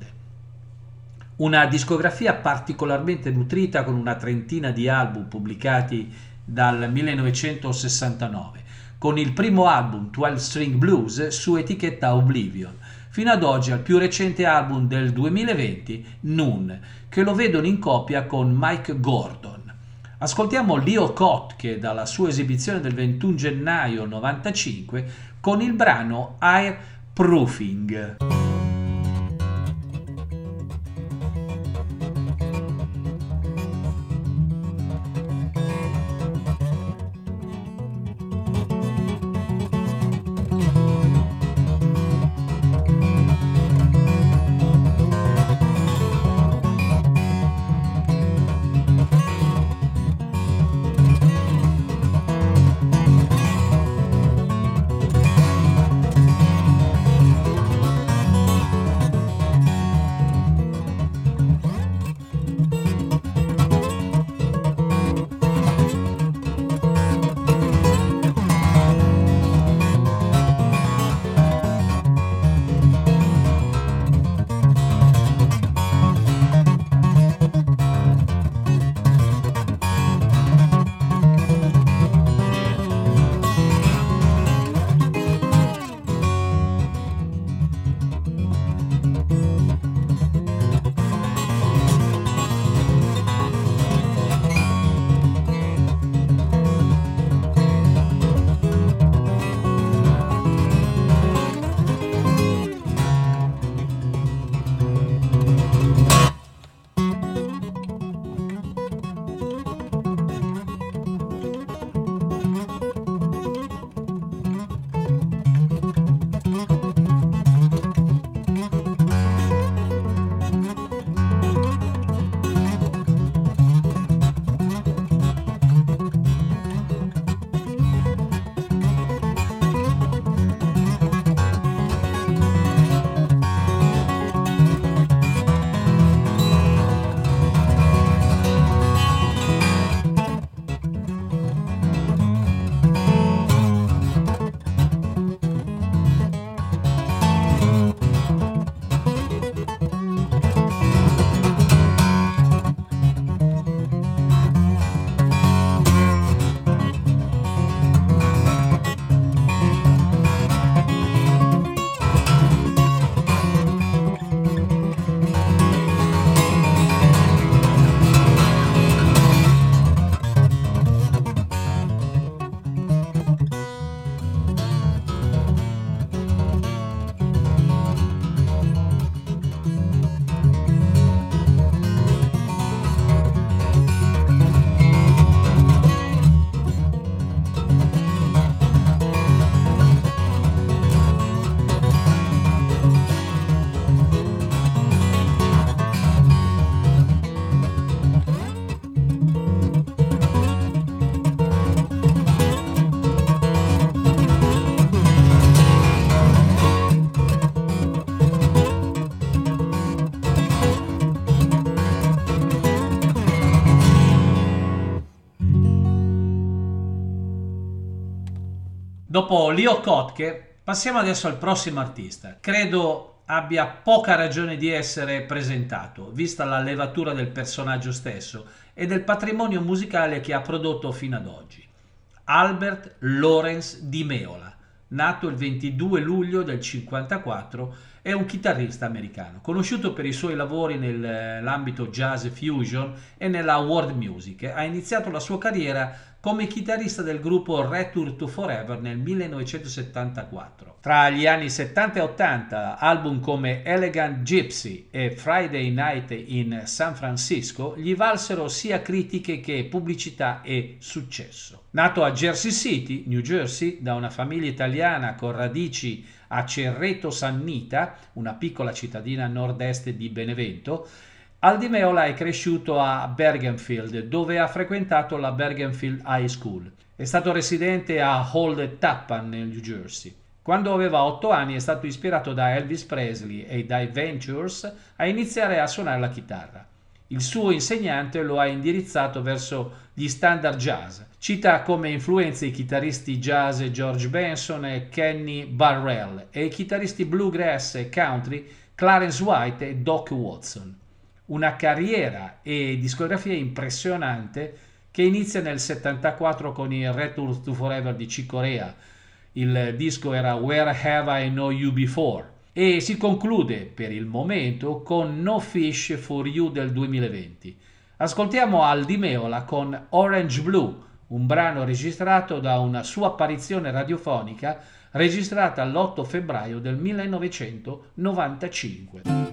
Una discografia particolarmente nutrita, con una trentina di album pubblicati dal millenovecentosessantanove, con il primo album twelve string Blues su etichetta Oblivion, fino ad oggi al più recente album del duemilaventi, Noon, che lo vedono in coppia con Mike Gordon. Ascoltiamo Leo Kottke dalla sua esibizione del ventuno gennaio novantacinque con il brano Air Proofing. Dopo Leo Kottke passiamo adesso al prossimo artista, credo abbia poca ragione di essere presentato, vista la levatura del personaggio stesso e del patrimonio musicale che ha prodotto fino ad oggi. Albert Lawrence Di Meola, nato il ventidue luglio del cinquantaquattro, è un chitarrista americano, conosciuto per i suoi lavori nell'ambito jazz fusion e nella world music. Ha iniziato la sua carriera come chitarrista del gruppo Return to Forever nel millenovecentosettantaquattro. Tra gli anni settanta e ottanta, album come Elegant Gypsy e Friday Night in San Francisco gli valsero sia critiche che pubblicità e successo. Nato a Jersey City, New Jersey, da una famiglia italiana con radici a Cerreto Sannita, una piccola cittadina a nord-est di Benevento, Al Di Meola è cresciuto a Bergenfield, dove ha frequentato la Bergenfield High School. È stato residente a Old Tappan, nel New Jersey. Quando aveva otto anni è stato ispirato da Elvis Presley e dai Ventures a iniziare a suonare la chitarra. Il suo insegnante lo ha indirizzato verso gli standard jazz. Cita come influenze i chitarristi jazz George Benson e Kenny Burrell e i chitarristi bluegrass e country Clarence White e Doc Watson. Una carriera e discografia impressionante che inizia nel settantaquattro con il Return to Forever di Chick Corea. Il disco era Where Have I Known You Before e si conclude per il momento con No Fish for You del duemilaventi. Ascoltiamo Al Di Meola con Orange Blue, un brano registrato da una sua apparizione radiofonica registrata l'otto febbraio del millenovecentonovantacinque.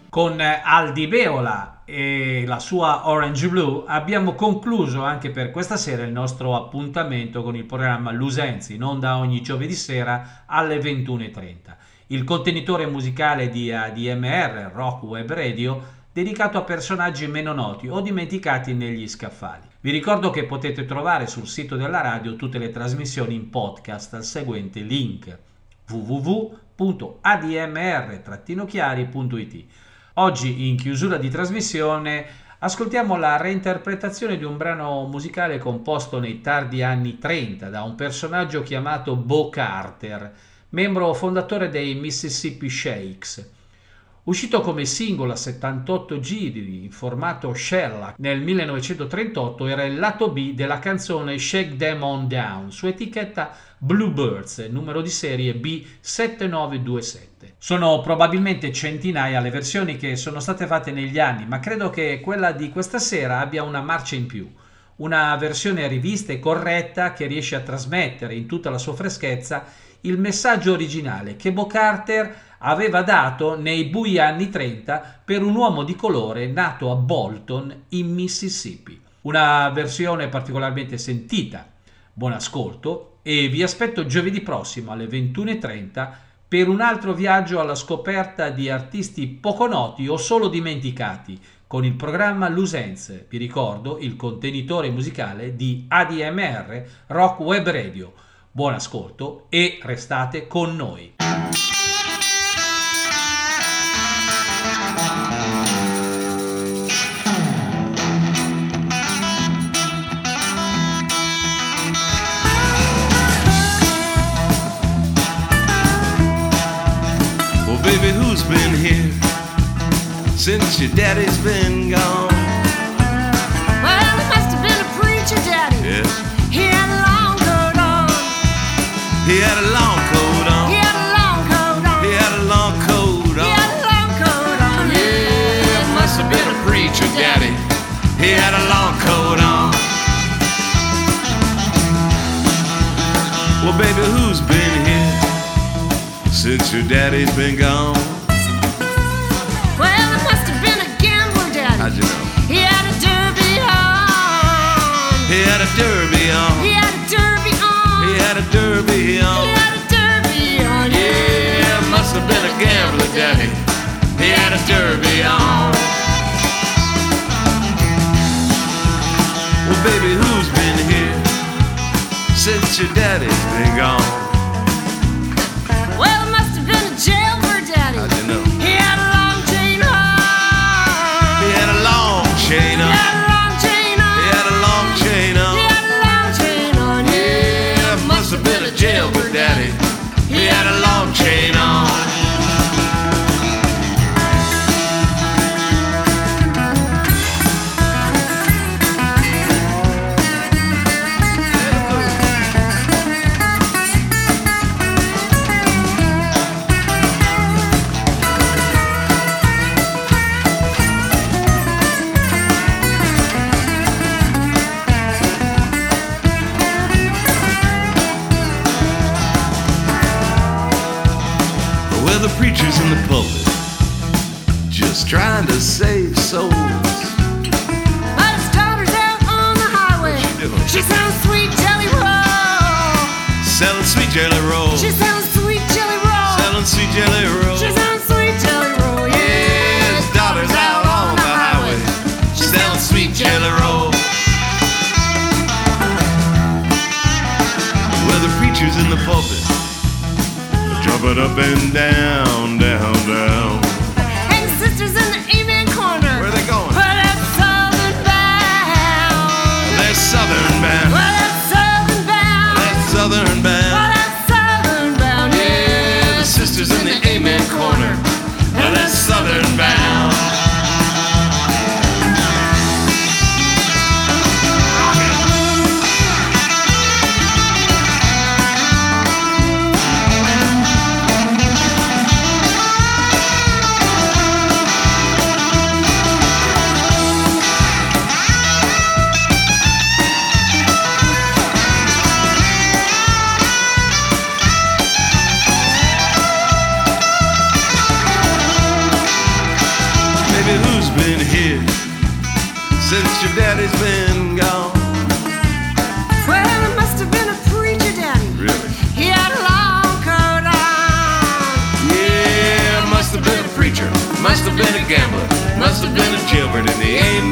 Con Aldi Beola e la sua Orange Blue abbiamo concluso anche per questa sera il nostro appuntamento con il programma Lusenzi, in onda ogni giovedì sera alle ventuno e trenta. Il contenitore musicale di A D M R, Rock Web Radio, dedicato a personaggi meno noti o dimenticati negli scaffali. Vi ricordo che potete trovare sul sito della radio tutte le trasmissioni in podcast al seguente link: w w w punto a d m r chiari punto i t. Oggi, in chiusura di trasmissione, ascoltiamo la reinterpretazione di un brano musicale composto nei tardi anni trenta da un personaggio chiamato Bo Carter, membro fondatore dei Mississippi Shakes. Uscito come singolo a settantotto giri in formato shellac nel millenovecentotrentotto, era il lato B della canzone Shake Them On Down su etichetta Bluebirds, numero di serie B sette nove due sette. Sono probabilmente centinaia le versioni che sono state fatte negli anni, ma credo che quella di questa sera abbia una marcia in più. Una versione rivista e corretta che riesce a trasmettere in tutta la sua freschezza il messaggio originale che Bo Carter aveva dato nei bui anni trenta per un uomo di colore nato a Bolton in Mississippi. Una versione particolarmente sentita. Buon ascolto e vi aspetto giovedì prossimo alle ventuno e trenta per un altro viaggio alla scoperta di artisti poco noti o solo dimenticati con il programma Lusenze, vi ricordo il contenitore musicale di A D M R Rock Web Radio. Buon ascolto e restate con noi. Baby, who's been here since your daddy's been gone? Well, it must have been a preacher, Daddy. Yes. He had a long coat on. He had a long coat on. He had a long coat on. He had a long coat on. He had a long coat on. Yeah, it must have been a preacher, Daddy. He had a long coat on. Well, baby, who's been here since your daddy's been gone? Well, it must have been a gambler, Daddy. How'd you know? He had a derby on. He had a derby on. He had a derby on. He had a derby on. He had a derby on. Yeah, it must have been a gambler, Daddy. He had a derby on. Well, baby, who's been here since your daddy's been gone? Well, it must have been a jailbird, Daddy. How'd you know? He had a long chain on. He had a long chain on. He had a long chain on. He had a long chain on. He had a long chain on. Yeah, it must have been a jailbird, Daddy. He had a long chain on. The preachers in the pulpit just trying to save souls. But his daughter's out on the highway. What's she doing? She sells sweet jelly roll. Selling sweet jelly roll. She sells sweet jelly roll. Selling sweet jelly roll. She sells sweet jelly roll. Yeah, his daughter's out on the highway. She's selling sweet jelly roll. Well, the preachers in the pulpit jumping up and down, down, down. And the sisters in the amen corner. Where are they going? Well, they're southern bound. They're southern bound. Well, they're southern bound. They're southern bound. Well, they're southern bound. Yeah, the sisters in the amen corner. Well, they're southern bound. must have been a gambler, must have been a jailbird, and he ain't